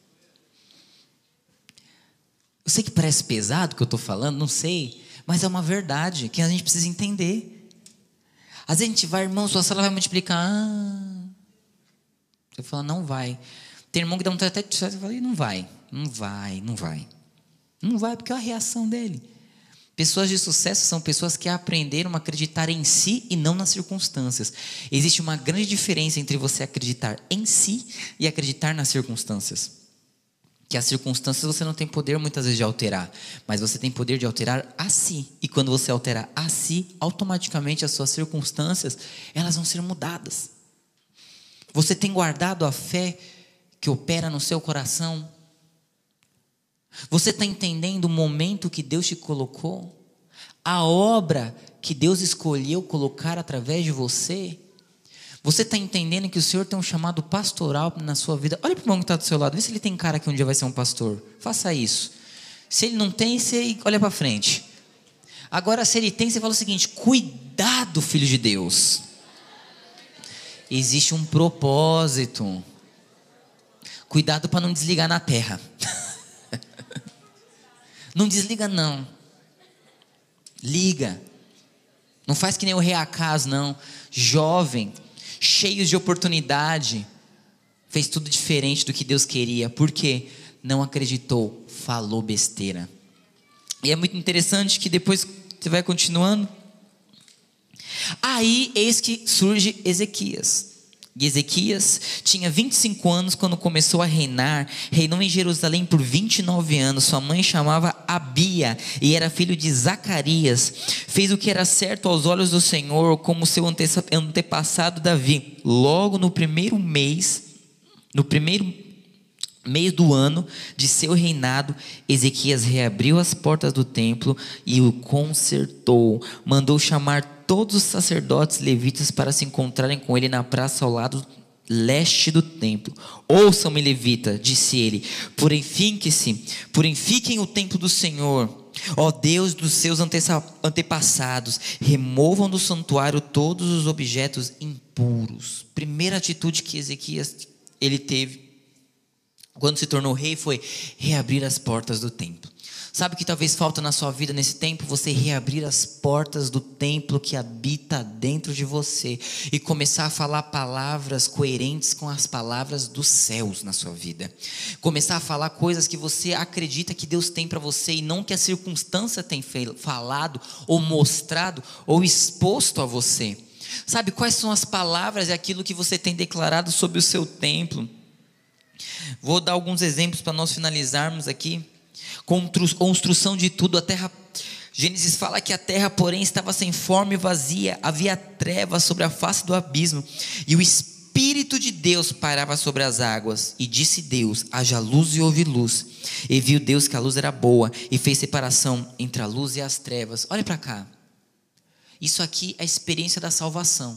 Eu sei que parece pesado o que eu estou falando, não sei, mas é uma verdade que a gente precisa entender. Às vezes a gente vai, irmão, sua sala vai multiplicar. Eu falo, não vai. Tem irmão que dá um até de eu falo, não vai. Não vai porque é a reação dele. Pessoas de sucesso são pessoas que aprenderam a acreditar em si e não nas circunstâncias. Existe uma grande diferença entre você acreditar em si e acreditar nas circunstâncias. Que as circunstâncias você não tem poder muitas vezes de alterar, mas você tem poder de alterar a si. E quando você alterar a si, automaticamente as suas circunstâncias, elas vão ser mudadas. Você tem guardado a fé que opera no seu coração? Você está entendendo o momento que Deus te colocou? A obra que Deus escolheu colocar através de você? Você está entendendo que o Senhor tem um chamado pastoral na sua vida? Olha para o irmão que está do seu lado, vê se ele tem cara que um dia vai ser um pastor. Faça isso. Se ele não tem, você olha para frente. Agora, se ele tem, você fala o seguinte: cuidado, filho de Deus. Existe um propósito. Cuidado para não desligar na terra. Não desliga não. Liga. Não faz que nem o rei Acaz, não. Jovem, cheios de oportunidade, fez tudo diferente do que Deus queria. Por quê? Não acreditou, falou besteira. E é muito interessante que depois você vai continuando. Aí eis que surge Ezequias. E Ezequias tinha 25 anos quando começou a reinar. Reinou em Jerusalém por 29 anos. Sua mãe chamava Abia e era filho de Zacarias. Fez o que era certo aos olhos do Senhor, como seu antepassado Davi. Logo no primeiro mês do ano de seu reinado, Ezequias reabriu as portas do templo e o consertou. Mandou chamar todos os sacerdotes levitas para se encontrarem com ele na praça ao lado leste do templo. Ouçam-me, levita, disse ele, purifiquem o templo do Senhor, ó Deus dos seus antepassados. Removam do santuário todos os objetos impuros. Primeira atitude que Ezequias ele teve quando se tornou rei foi reabrir as portas do templo. Sabe o que talvez falta na sua vida nesse tempo? Você reabrir as portas do templo que habita dentro de você e começar a falar palavras coerentes com as palavras dos céus na sua vida. Começar a falar coisas que você acredita que Deus tem para você e não que a circunstância tem falado ou mostrado ou exposto a você. Sabe quais são as palavras e aquilo que você tem declarado sobre o seu templo? Vou dar alguns exemplos para nós finalizarmos aqui. Construção de tudo, a terra. Gênesis fala que a terra, porém, estava sem forma e vazia, havia trevas sobre a face do abismo, e o Espírito de Deus pairava sobre as águas. E disse Deus: haja luz, e houve luz. E viu Deus que a luz era boa, e fez separação entre a luz e as trevas. Olha para cá. Isso aqui é a experiência da salvação.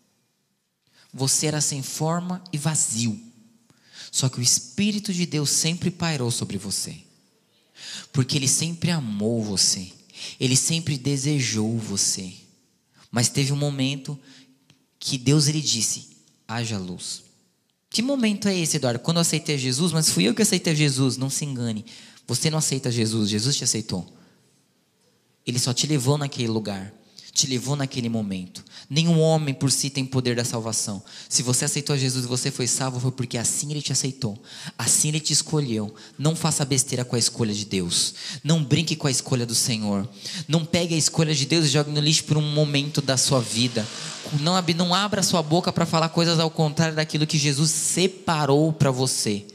Você era sem forma e vazio, só que o Espírito de Deus sempre pairou sobre você, porque Ele sempre amou você, Ele sempre desejou você. Mas teve um momento que Deus ele disse: haja luz. Que momento é esse, Eduardo? Quando eu aceitei Jesus? Mas fui eu que aceitei Jesus. Não se engane, você não aceita Jesus, Jesus te aceitou. Ele só te levou naquele lugar, te levou naquele momento. Nenhum homem por si tem poder da salvação. Se você aceitou Jesus e você foi salvo, foi porque assim Ele te aceitou, assim Ele te escolheu. Não faça besteira com a escolha de Deus. Não brinque com a escolha do Senhor. Não pegue a escolha de Deus e jogue no lixo por um momento da sua vida. Não abra sua boca para falar coisas ao contrário daquilo que Jesus separou para você.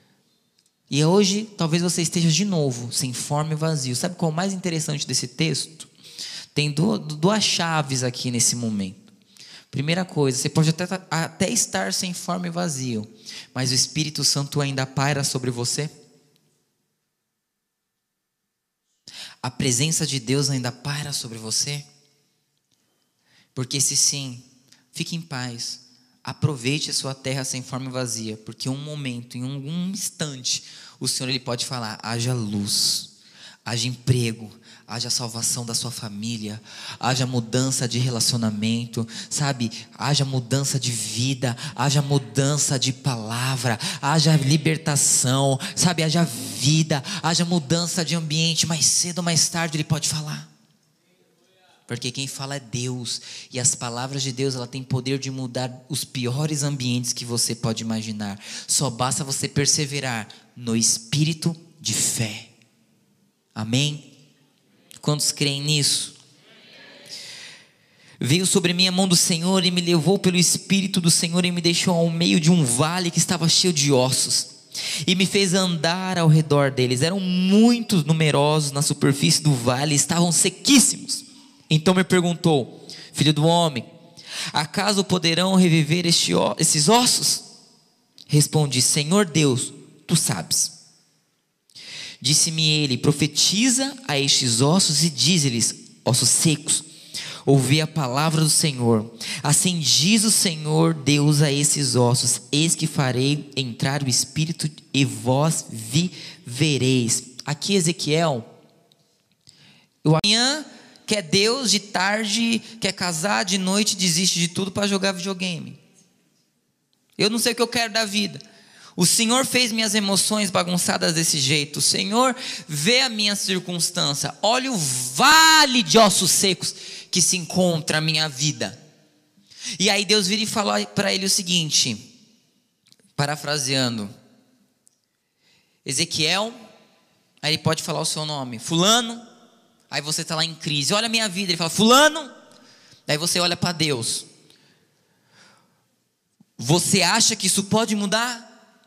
E hoje talvez você esteja de novo sem forma e vazio. Sabe qual é o mais interessante desse texto? Tem duas chaves aqui nesse momento. Primeira coisa, você pode até estar sem forma e vazio, mas o Espírito Santo ainda paira sobre você? A presença de Deus ainda paira sobre você? Porque se sim, fique em paz. Aproveite a sua terra sem forma e vazia, porque em um momento, em um instante, o Senhor ele pode falar: haja luz, haja emprego, haja salvação da sua família, haja mudança de relacionamento, sabe? Haja mudança de vida, haja mudança de palavra, haja libertação, sabe? Haja vida, haja mudança de ambiente. Mais cedo ou mais tarde Ele pode falar. Porque quem fala é Deus, e as palavras de Deus ela tem poder de mudar os piores ambientes que você pode imaginar. Só basta você perseverar no espírito de fé. Amém? Quantos creem nisso? Veio sobre mim a mão do Senhor e me levou pelo Espírito do Senhor e me deixou ao meio de um vale que estava cheio de ossos, e me fez andar ao redor deles. Eram muito numerosos na superfície do vale, estavam sequíssimos. Então me perguntou: filho do homem, acaso poderão reviver esses ossos? Respondi: Senhor Deus, tu sabes. Disse-me ele: profetiza a estes ossos e dize-lhes: ossos secos, ouvi a palavra do Senhor. Assim diz o Senhor Deus a esses ossos: eis que farei entrar o Espírito e vós vivereis. Aqui Ezequiel, amanhã quer Deus, de tarde quer casar, de noite desiste de tudo para jogar videogame. Eu não sei o que eu quero da vida. O Senhor fez minhas emoções bagunçadas desse jeito. O Senhor vê a minha circunstância. Olha o vale de ossos secos que se encontra a minha vida. E aí Deus vira e fala para ele o seguinte, parafraseando: Ezequiel, aí ele pode falar o seu nome, fulano. Aí você está lá em crise, olha a minha vida. Ele fala, fulano. Aí você olha para Deus. Você acha que isso pode mudar?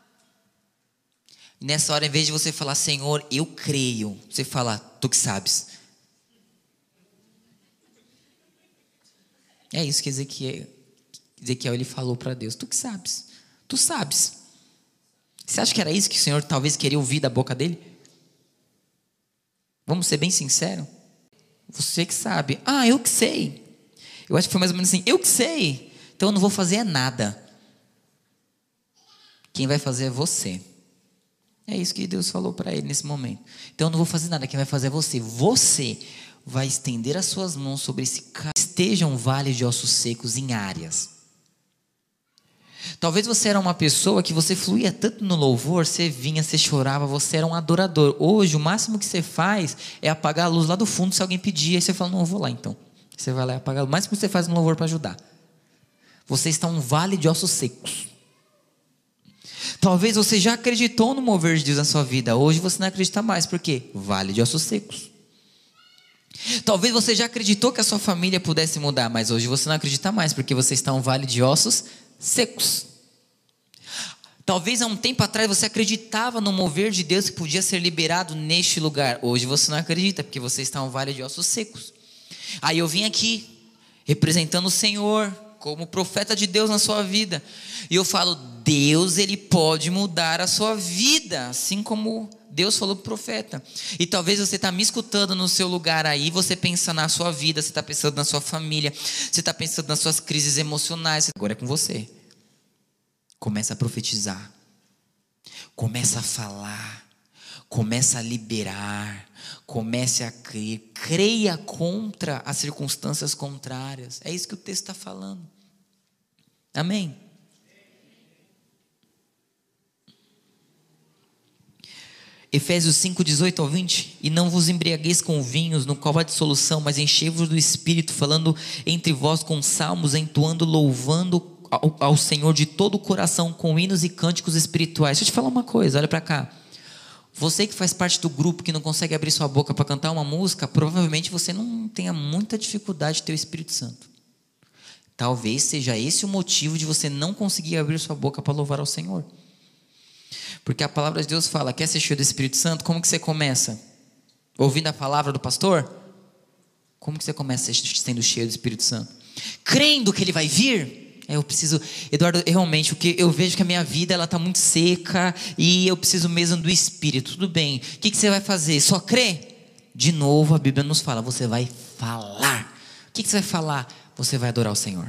E nessa hora, em vez de você falar, Senhor, eu creio, você fala, tu que sabes. É isso que Ezequiel ele falou para Deus, tu que sabes, tu sabes. Você acha que era isso que o Senhor talvez queria ouvir da boca dele? Vamos ser bem sinceros. Você que sabe. Ah, eu que sei. Eu acho que foi mais ou menos assim, eu que sei. Então eu não vou fazer nada. Quem vai fazer é você. É isso que Deus falou para ele nesse momento. Então eu não vou fazer nada, quem vai fazer é você. Você vai estender as suas mãos sobre esse cara. Esteja um vale de ossos secos em áreas. Talvez você era uma pessoa que você fluía tanto no louvor, você vinha, você chorava, você era um adorador. Hoje o máximo que você faz é apagar a luz lá do fundo se alguém pedir. Aí você fala, não, eu vou lá então. Você vai lá e apaga a luz. O máximo que você faz no louvor para ajudar. Você está um vale de ossos secos. Talvez você já acreditou no mover de Deus na sua vida. Hoje você não acredita mais. Por quê? Vale de ossos secos. Talvez você já acreditou que a sua família pudesse mudar, mas hoje você não acredita mais, porque você está um vale de ossos secos. Talvez há um tempo atrás você acreditava no mover de Deus que podia ser liberado neste lugar. Hoje você não acredita, porque você está um vale de ossos secos. Aí eu vim aqui representando o Senhor como profeta de Deus na sua vida, e eu falo, Deus, Ele pode mudar a sua vida, assim como Deus falou para o profeta. E talvez você está me escutando no seu lugar aí, você pensa na sua vida, você está pensando na sua família, você está pensando nas suas crises emocionais. Agora é com você. Começa a profetizar, começa a falar, começa a liberar, comece a crer, creia contra as circunstâncias contrárias. É isso que o texto está falando. Amém? Efésios 5, 18 ao 20. E não vos embriagueis com vinhos, no qual há dissolução, mas enchei-vos do Espírito, falando entre vós com salmos, entoando, louvando ao Senhor de todo o coração, com hinos e cânticos espirituais. Deixa eu te falar uma coisa, olha para cá. Você que faz parte do grupo, que não consegue abrir sua boca para cantar uma música, provavelmente você não tenha muita dificuldade de ter o Espírito Santo. Talvez seja esse o motivo de você não conseguir abrir sua boca para louvar ao Senhor. Porque a palavra de Deus fala, quer ser cheio do Espírito Santo? Como que você começa? Ouvindo a palavra do pastor? Como que você começa sendo cheio do Espírito Santo? Crendo que ele vai vir? Eu preciso, Eduardo, realmente, porque eu vejo que a minha vida ela está muito seca e eu preciso mesmo do Espírito. Tudo bem, o que você vai fazer? Só crer? De novo a Bíblia nos fala, você vai falar. O que você vai falar? Você vai adorar o Senhor.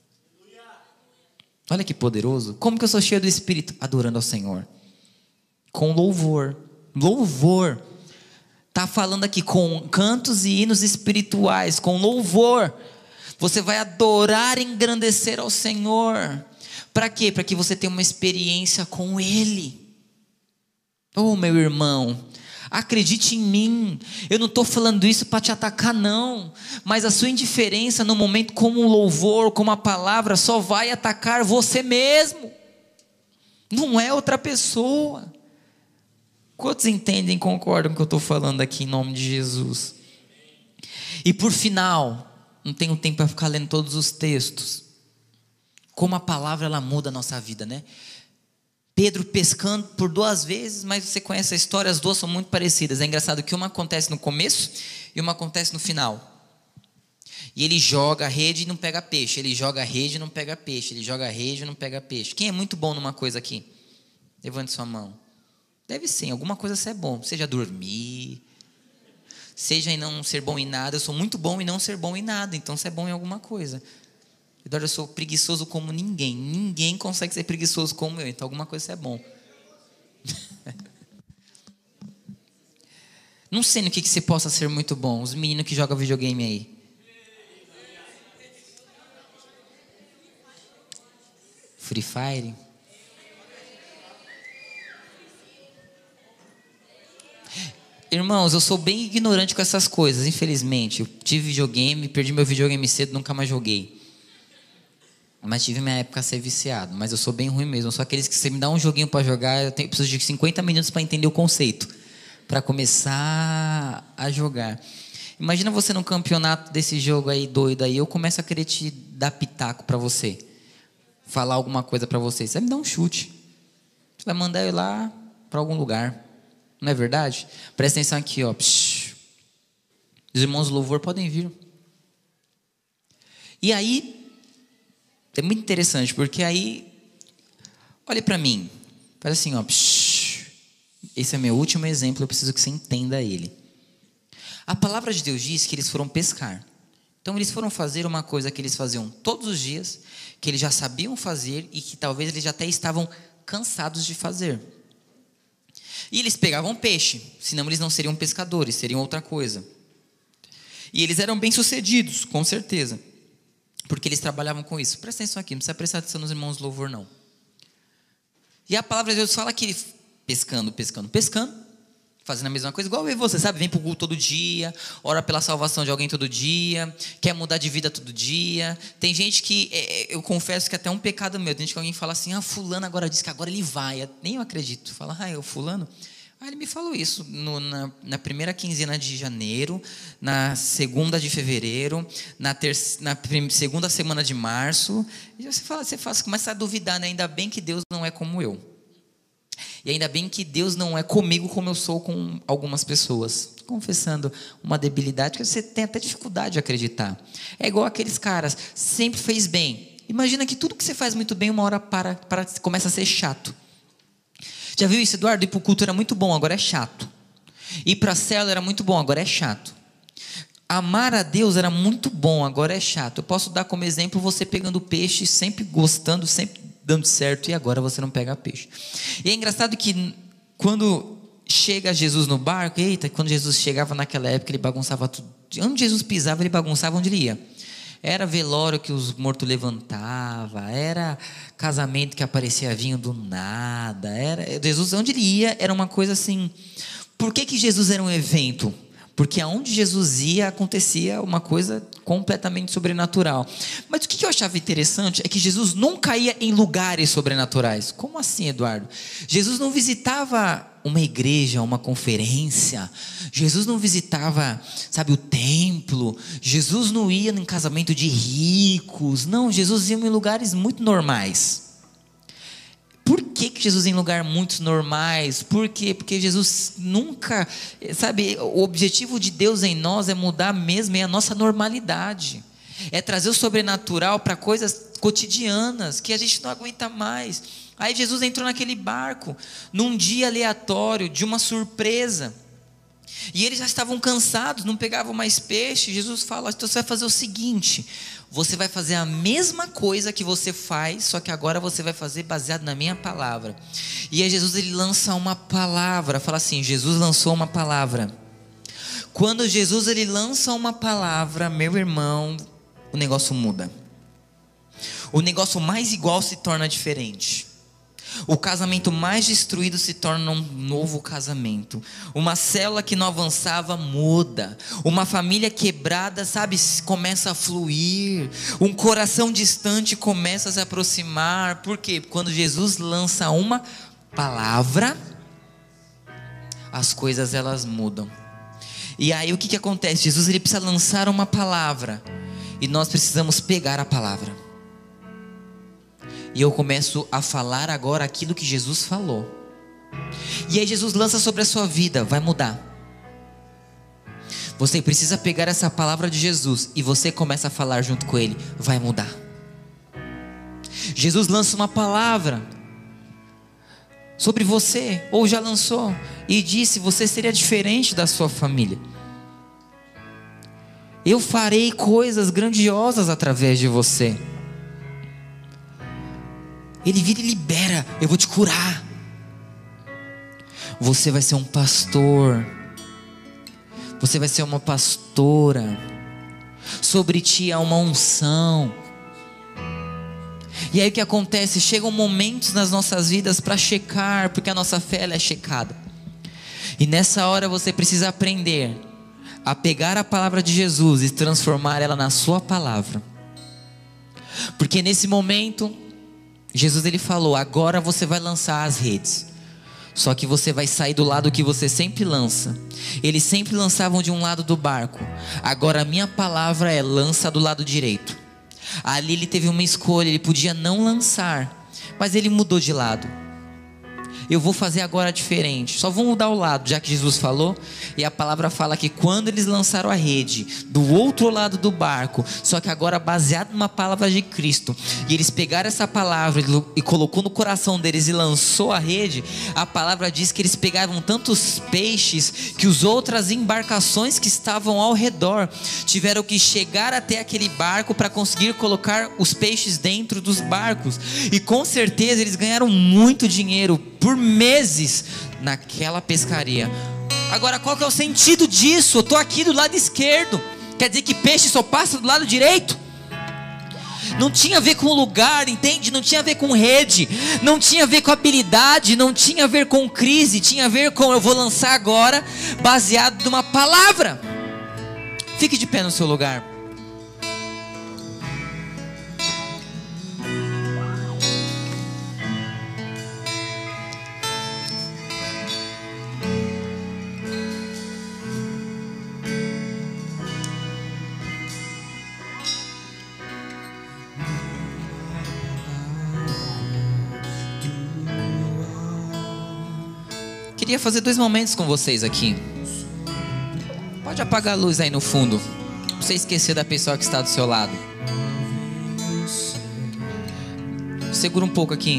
Olha que poderoso. Como que eu sou cheio do Espírito? Adorando ao Senhor. Com louvor. Louvor. Está falando aqui com cantos e hinos espirituais, com louvor. Você vai adorar e engrandecer ao Senhor. Para quê? Para que você tenha uma experiência com Ele. Oh, meu irmão, acredite em mim. Eu não estou falando isso para te atacar não. Mas a sua indiferença no momento como um louvor, como a palavra, só vai atacar você mesmo. Não é outra pessoa. Quantos entendem e concordam com o que eu estou falando aqui em nome de Jesus? E por final, não tenho tempo para ficar lendo todos os textos. Como a palavra ela muda a nossa vida, né? Pedro pescando por 2 vezes, mas você conhece a história, as duas são muito parecidas. É engraçado que uma acontece no começo e uma acontece no final. E ele joga a rede e não pega peixe. Ele joga a rede e não pega peixe. Ele joga a rede e não pega peixe. Quem é muito bom numa coisa aqui? Levante sua mão. Deve ser, alguma coisa você é bom. Seja dormir, Seja em não ser bom em nada, eu sou muito bom em não ser bom em nada, então você é bom em alguma coisa. Eduardo, eu sou preguiçoso como ninguém. Ninguém consegue ser preguiçoso como eu, então alguma coisa você é bom. Não sei no que você possa ser muito bom. Os meninos que jogam videogame aí. Free Fire. Irmãos, eu sou bem ignorante com essas coisas, infelizmente. Eu tive videogame, perdi meu videogame cedo, nunca mais joguei. Mas tive minha época a ser viciado. Mas eu sou bem ruim mesmo. Eu sou aqueles que você me dá um joguinho para jogar, preciso de 50 minutos para entender o conceito, para começar a jogar. Imagina você num campeonato desse jogo aí doido aí, eu começo a querer te dar pitaco para você, falar alguma coisa para você. Você vai me dar um chute. Você vai mandar eu ir lá para algum lugar. Não é verdade? Presta atenção aqui, ó. Psh. Os irmãos do louvor podem vir. E aí é muito interessante, porque aí, olhe para mim, faz assim, ó, psh, esse é meu último exemplo, eu preciso que você entenda ele. A palavra de Deus diz que eles foram pescar. Então eles foram fazer uma coisa que eles faziam todos os dias, que eles já sabiam fazer e que talvez eles já até estavam cansados de fazer. E eles pegavam peixe, senão eles não seriam pescadores, seriam outra coisa. E eles eram bem-sucedidos, com certeza, porque eles trabalhavam com isso. Presta atenção aqui, não precisa prestar atenção nos irmãos do louvor, não. E a palavra de Deus fala que ele pescando, fazendo a mesma coisa, igual eu e você, sabe? Vem para o culto todo dia, ora pela salvação de alguém todo dia, quer mudar de vida todo dia. Tem gente que, eu confesso que até é um pecado meu, tem gente que alguém fala assim, fulano agora diz que agora ele vai, nem eu acredito. Fala, é o fulano? Ele me falou isso na primeira quinzena de janeiro, na segunda de fevereiro, na segunda semana de março. E você começa a duvidar, né? Ainda bem que Deus não é como eu. E ainda bem que Deus não é comigo como eu sou com algumas pessoas. Confessando uma debilidade que você tem até dificuldade de acreditar. É igual aqueles caras, sempre fez bem. Imagina que tudo que você faz muito bem, uma hora começa a ser chato. Já viu isso, Eduardo? Ir para o culto era muito bom, agora é chato. Ir para a célula era muito bom, agora é chato. Amar a Deus era muito bom, agora é chato. Eu posso dar como exemplo você pegando peixe, sempre gostando, sempre dando certo, e agora você não pega peixe. E é engraçado que quando chega Jesus no barco, quando Jesus chegava naquela época, ele bagunçava tudo. Onde Jesus pisava, ele bagunçava onde ele ia. Era velório que os mortos levantavam, era casamento que aparecia vinho do nada, era Jesus, onde ele ia, era uma coisa assim. Por que Jesus era um evento? Porque aonde Jesus ia, acontecia uma coisa completamente sobrenatural. Mas o que eu achava interessante é que Jesus nunca ia em lugares sobrenaturais. Como assim, Eduardo? Jesus não visitava uma igreja, uma conferência. Jesus não visitava, o templo. Jesus não ia em casamento de ricos. Não, Jesus ia em lugares muito normais. Por que Jesus ia em lugares muito normais? Por quê? Porque Jesus nunca, o objetivo de Deus em nós é mudar mesmo a nossa normalidade. É trazer o sobrenatural para coisas cotidianas que a gente não aguenta mais. Aí Jesus entrou naquele barco, num dia aleatório, de uma surpresa. E eles já estavam cansados, não pegavam mais peixe. Jesus fala, então você vai fazer o seguinte, você vai fazer a mesma coisa que você faz, só que agora você vai fazer baseado na minha palavra. E aí Jesus, ele lança uma palavra, fala assim, Jesus lançou uma palavra. Quando Jesus, ele lança uma palavra, meu irmão, o negócio muda. O negócio mais igual se torna diferente. O casamento mais destruído se torna um novo casamento. Uma célula que não avançava muda. Uma família quebrada, começa a fluir. Um coração distante começa a se aproximar. Por quê? Quando Jesus lança uma palavra, as coisas elas mudam. E aí o que acontece? Jesus, ele precisa lançar uma palavra. E nós precisamos pegar a palavra. E eu começo a falar agora aquilo que Jesus falou. E aí Jesus lança sobre a sua vida, vai mudar. Você precisa pegar essa palavra de Jesus e você começa a falar junto com ele, vai mudar. Jesus lança uma palavra sobre você, ou já lançou, e disse, você seria diferente da sua família. Eu farei coisas grandiosas através de você. Ele vira e libera: eu vou te curar. Você vai ser um pastor. Você vai ser uma pastora. Sobre ti há uma unção. E aí o que acontece? Chegam momentos nas nossas vidas para checar, porque a nossa fé ela é checada. E nessa hora você precisa aprender a pegar a palavra de Jesus e transformar ela na sua palavra. Porque nesse momento, Jesus ele falou: agora você vai lançar as redes. Só que você vai sair do lado que você sempre lança. Eles sempre lançavam de um lado do barco. Agora a minha palavra é: lança do lado direito. Ali ele teve uma escolha, ele podia não lançar, mas ele mudou de lado. Eu vou fazer agora diferente, só vou mudar o lado, já que Jesus falou. E a palavra fala que quando eles lançaram a rede do outro lado do barco, só que agora baseado numa palavra de Cristo, e eles pegaram essa palavra e colocou no coração deles e lançou a rede, a palavra diz que eles pegavam tantos peixes que as outras embarcações que estavam ao redor tiveram que chegar até aquele barco para conseguir colocar os peixes dentro dos barcos. E com certeza eles ganharam muito dinheiro por meses naquela pescaria. Agora, qual que é o sentido disso? Eu estou aqui do lado esquerdo, quer dizer que peixe só passa do lado direito? Não tinha a ver com lugar, entende? Não tinha a ver com rede, não tinha a ver com habilidade, não tinha a ver com crise, tinha a ver com: eu vou lançar agora baseado numa palavra. Fique de pé no seu lugar. Queria fazer 2 momentos com vocês aqui. Pode apagar a luz aí no fundo, pra você esquecer da pessoa que está do seu lado. Segura um pouco aqui.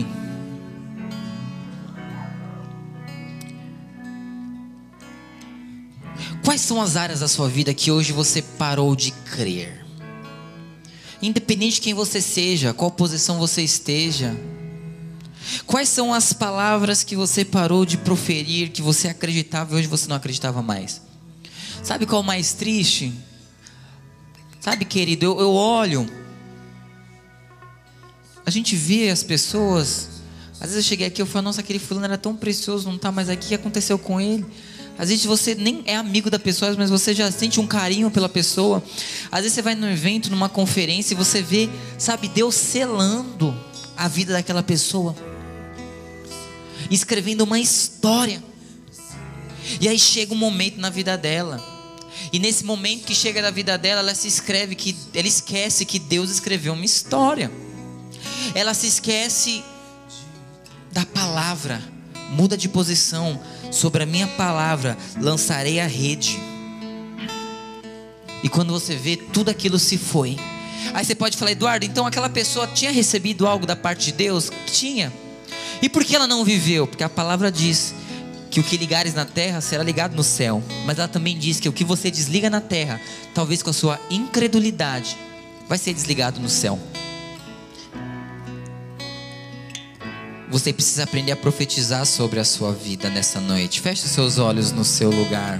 Quais são as áreas da sua vida que hoje você parou de crer? Independente de quem você seja, qual posição você esteja. Quais são as palavras que você parou de proferir, que você acreditava e hoje você não acreditava mais? Sabe qual é o mais triste? Sabe, querido, eu olho, a gente vê as pessoas. Às vezes eu cheguei aqui e eu falo: nossa, aquele fulano era tão precioso, não está mais aqui, o que aconteceu com ele? Às vezes você nem é amigo da pessoa, mas você já sente um carinho pela pessoa. Às vezes você vai num evento, numa conferência, e você vê, sabe, Deus selando a vida daquela pessoa, escrevendo uma história. E aí chega um momento na vida dela, e nesse momento que chega na vida dela, ela esquece que Deus escreveu uma história. Ela se esquece da palavra, muda de posição. Sobre a minha palavra lançarei a rede. E quando você vê, tudo aquilo se foi. Aí você pode falar: Eduardo, então aquela pessoa tinha recebido algo da parte de Deus? Tinha. E por que ela não viveu? Porque a palavra diz que o que ligares na terra será ligado no céu. Mas ela também diz que o que você desliga na terra, talvez com a sua incredulidade, vai ser desligado no céu. Você precisa aprender a profetizar sobre a sua vida nessa noite. Feche os seus olhos no seu lugar.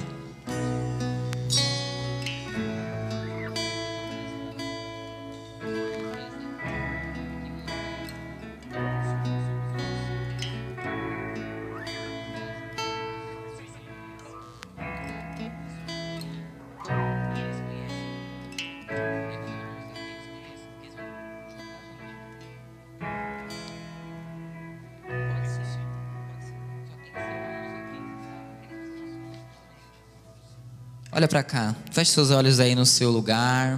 Olha para cá, feche seus olhos aí no seu lugar.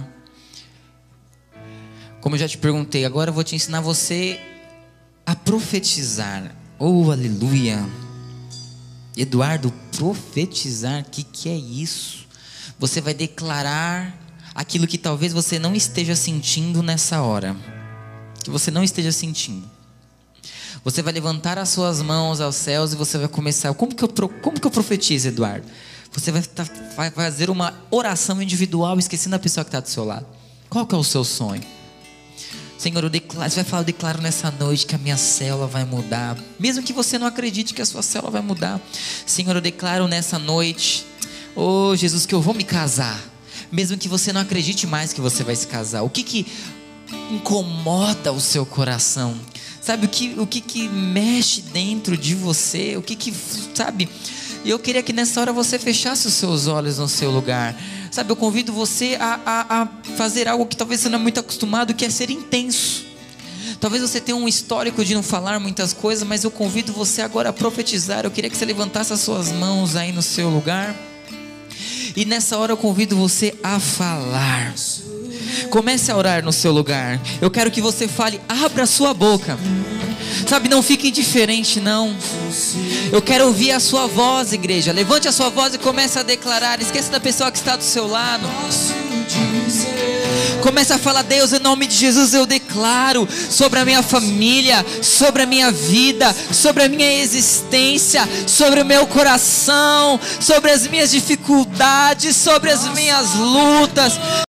Como eu já te perguntei, agora eu vou te ensinar você a profetizar. Oh, aleluia. Eduardo, profetizar, o que é isso? Você vai declarar aquilo que talvez você não esteja sentindo nessa hora. Que você não esteja sentindo. Você vai levantar as suas mãos aos céus e você vai começar. Como que eu profetizo, Eduardo? Você vai fazer uma oração individual, esquecendo a pessoa que está do seu lado. Qual que é o seu sonho? Senhor, eu declaro, você vai falar, eu declaro nessa noite que a minha célula vai mudar. Mesmo que você não acredite que a sua célula vai mudar. Senhor, eu declaro nessa noite, oh Jesus, que eu vou me casar. Mesmo que você não acredite mais que você vai se casar. O que incomoda o seu coração? Sabe, o que mexe dentro de você? Sabe? E eu queria que nessa hora você fechasse os seus olhos no seu lugar. Sabe, eu convido você a fazer algo que talvez você não é muito acostumado, que é ser intenso. Talvez você tenha um histórico de não falar muitas coisas, mas eu convido você agora a profetizar. Eu queria que você levantasse as suas mãos aí no seu lugar. E nessa hora eu convido você a falar. Comece a orar no seu lugar. Eu quero que você fale, abra a sua boca. Sabe, não fique indiferente não. Eu quero ouvir a sua voz, igreja. Levante a sua voz e comece a declarar. Esqueça da pessoa que está do seu lado. Comece a falar, Deus, em nome de Jesus eu declaro sobre a minha família, sobre a minha vida, sobre a minha existência, sobre o meu coração, sobre as minhas dificuldades, sobre as minhas lutas.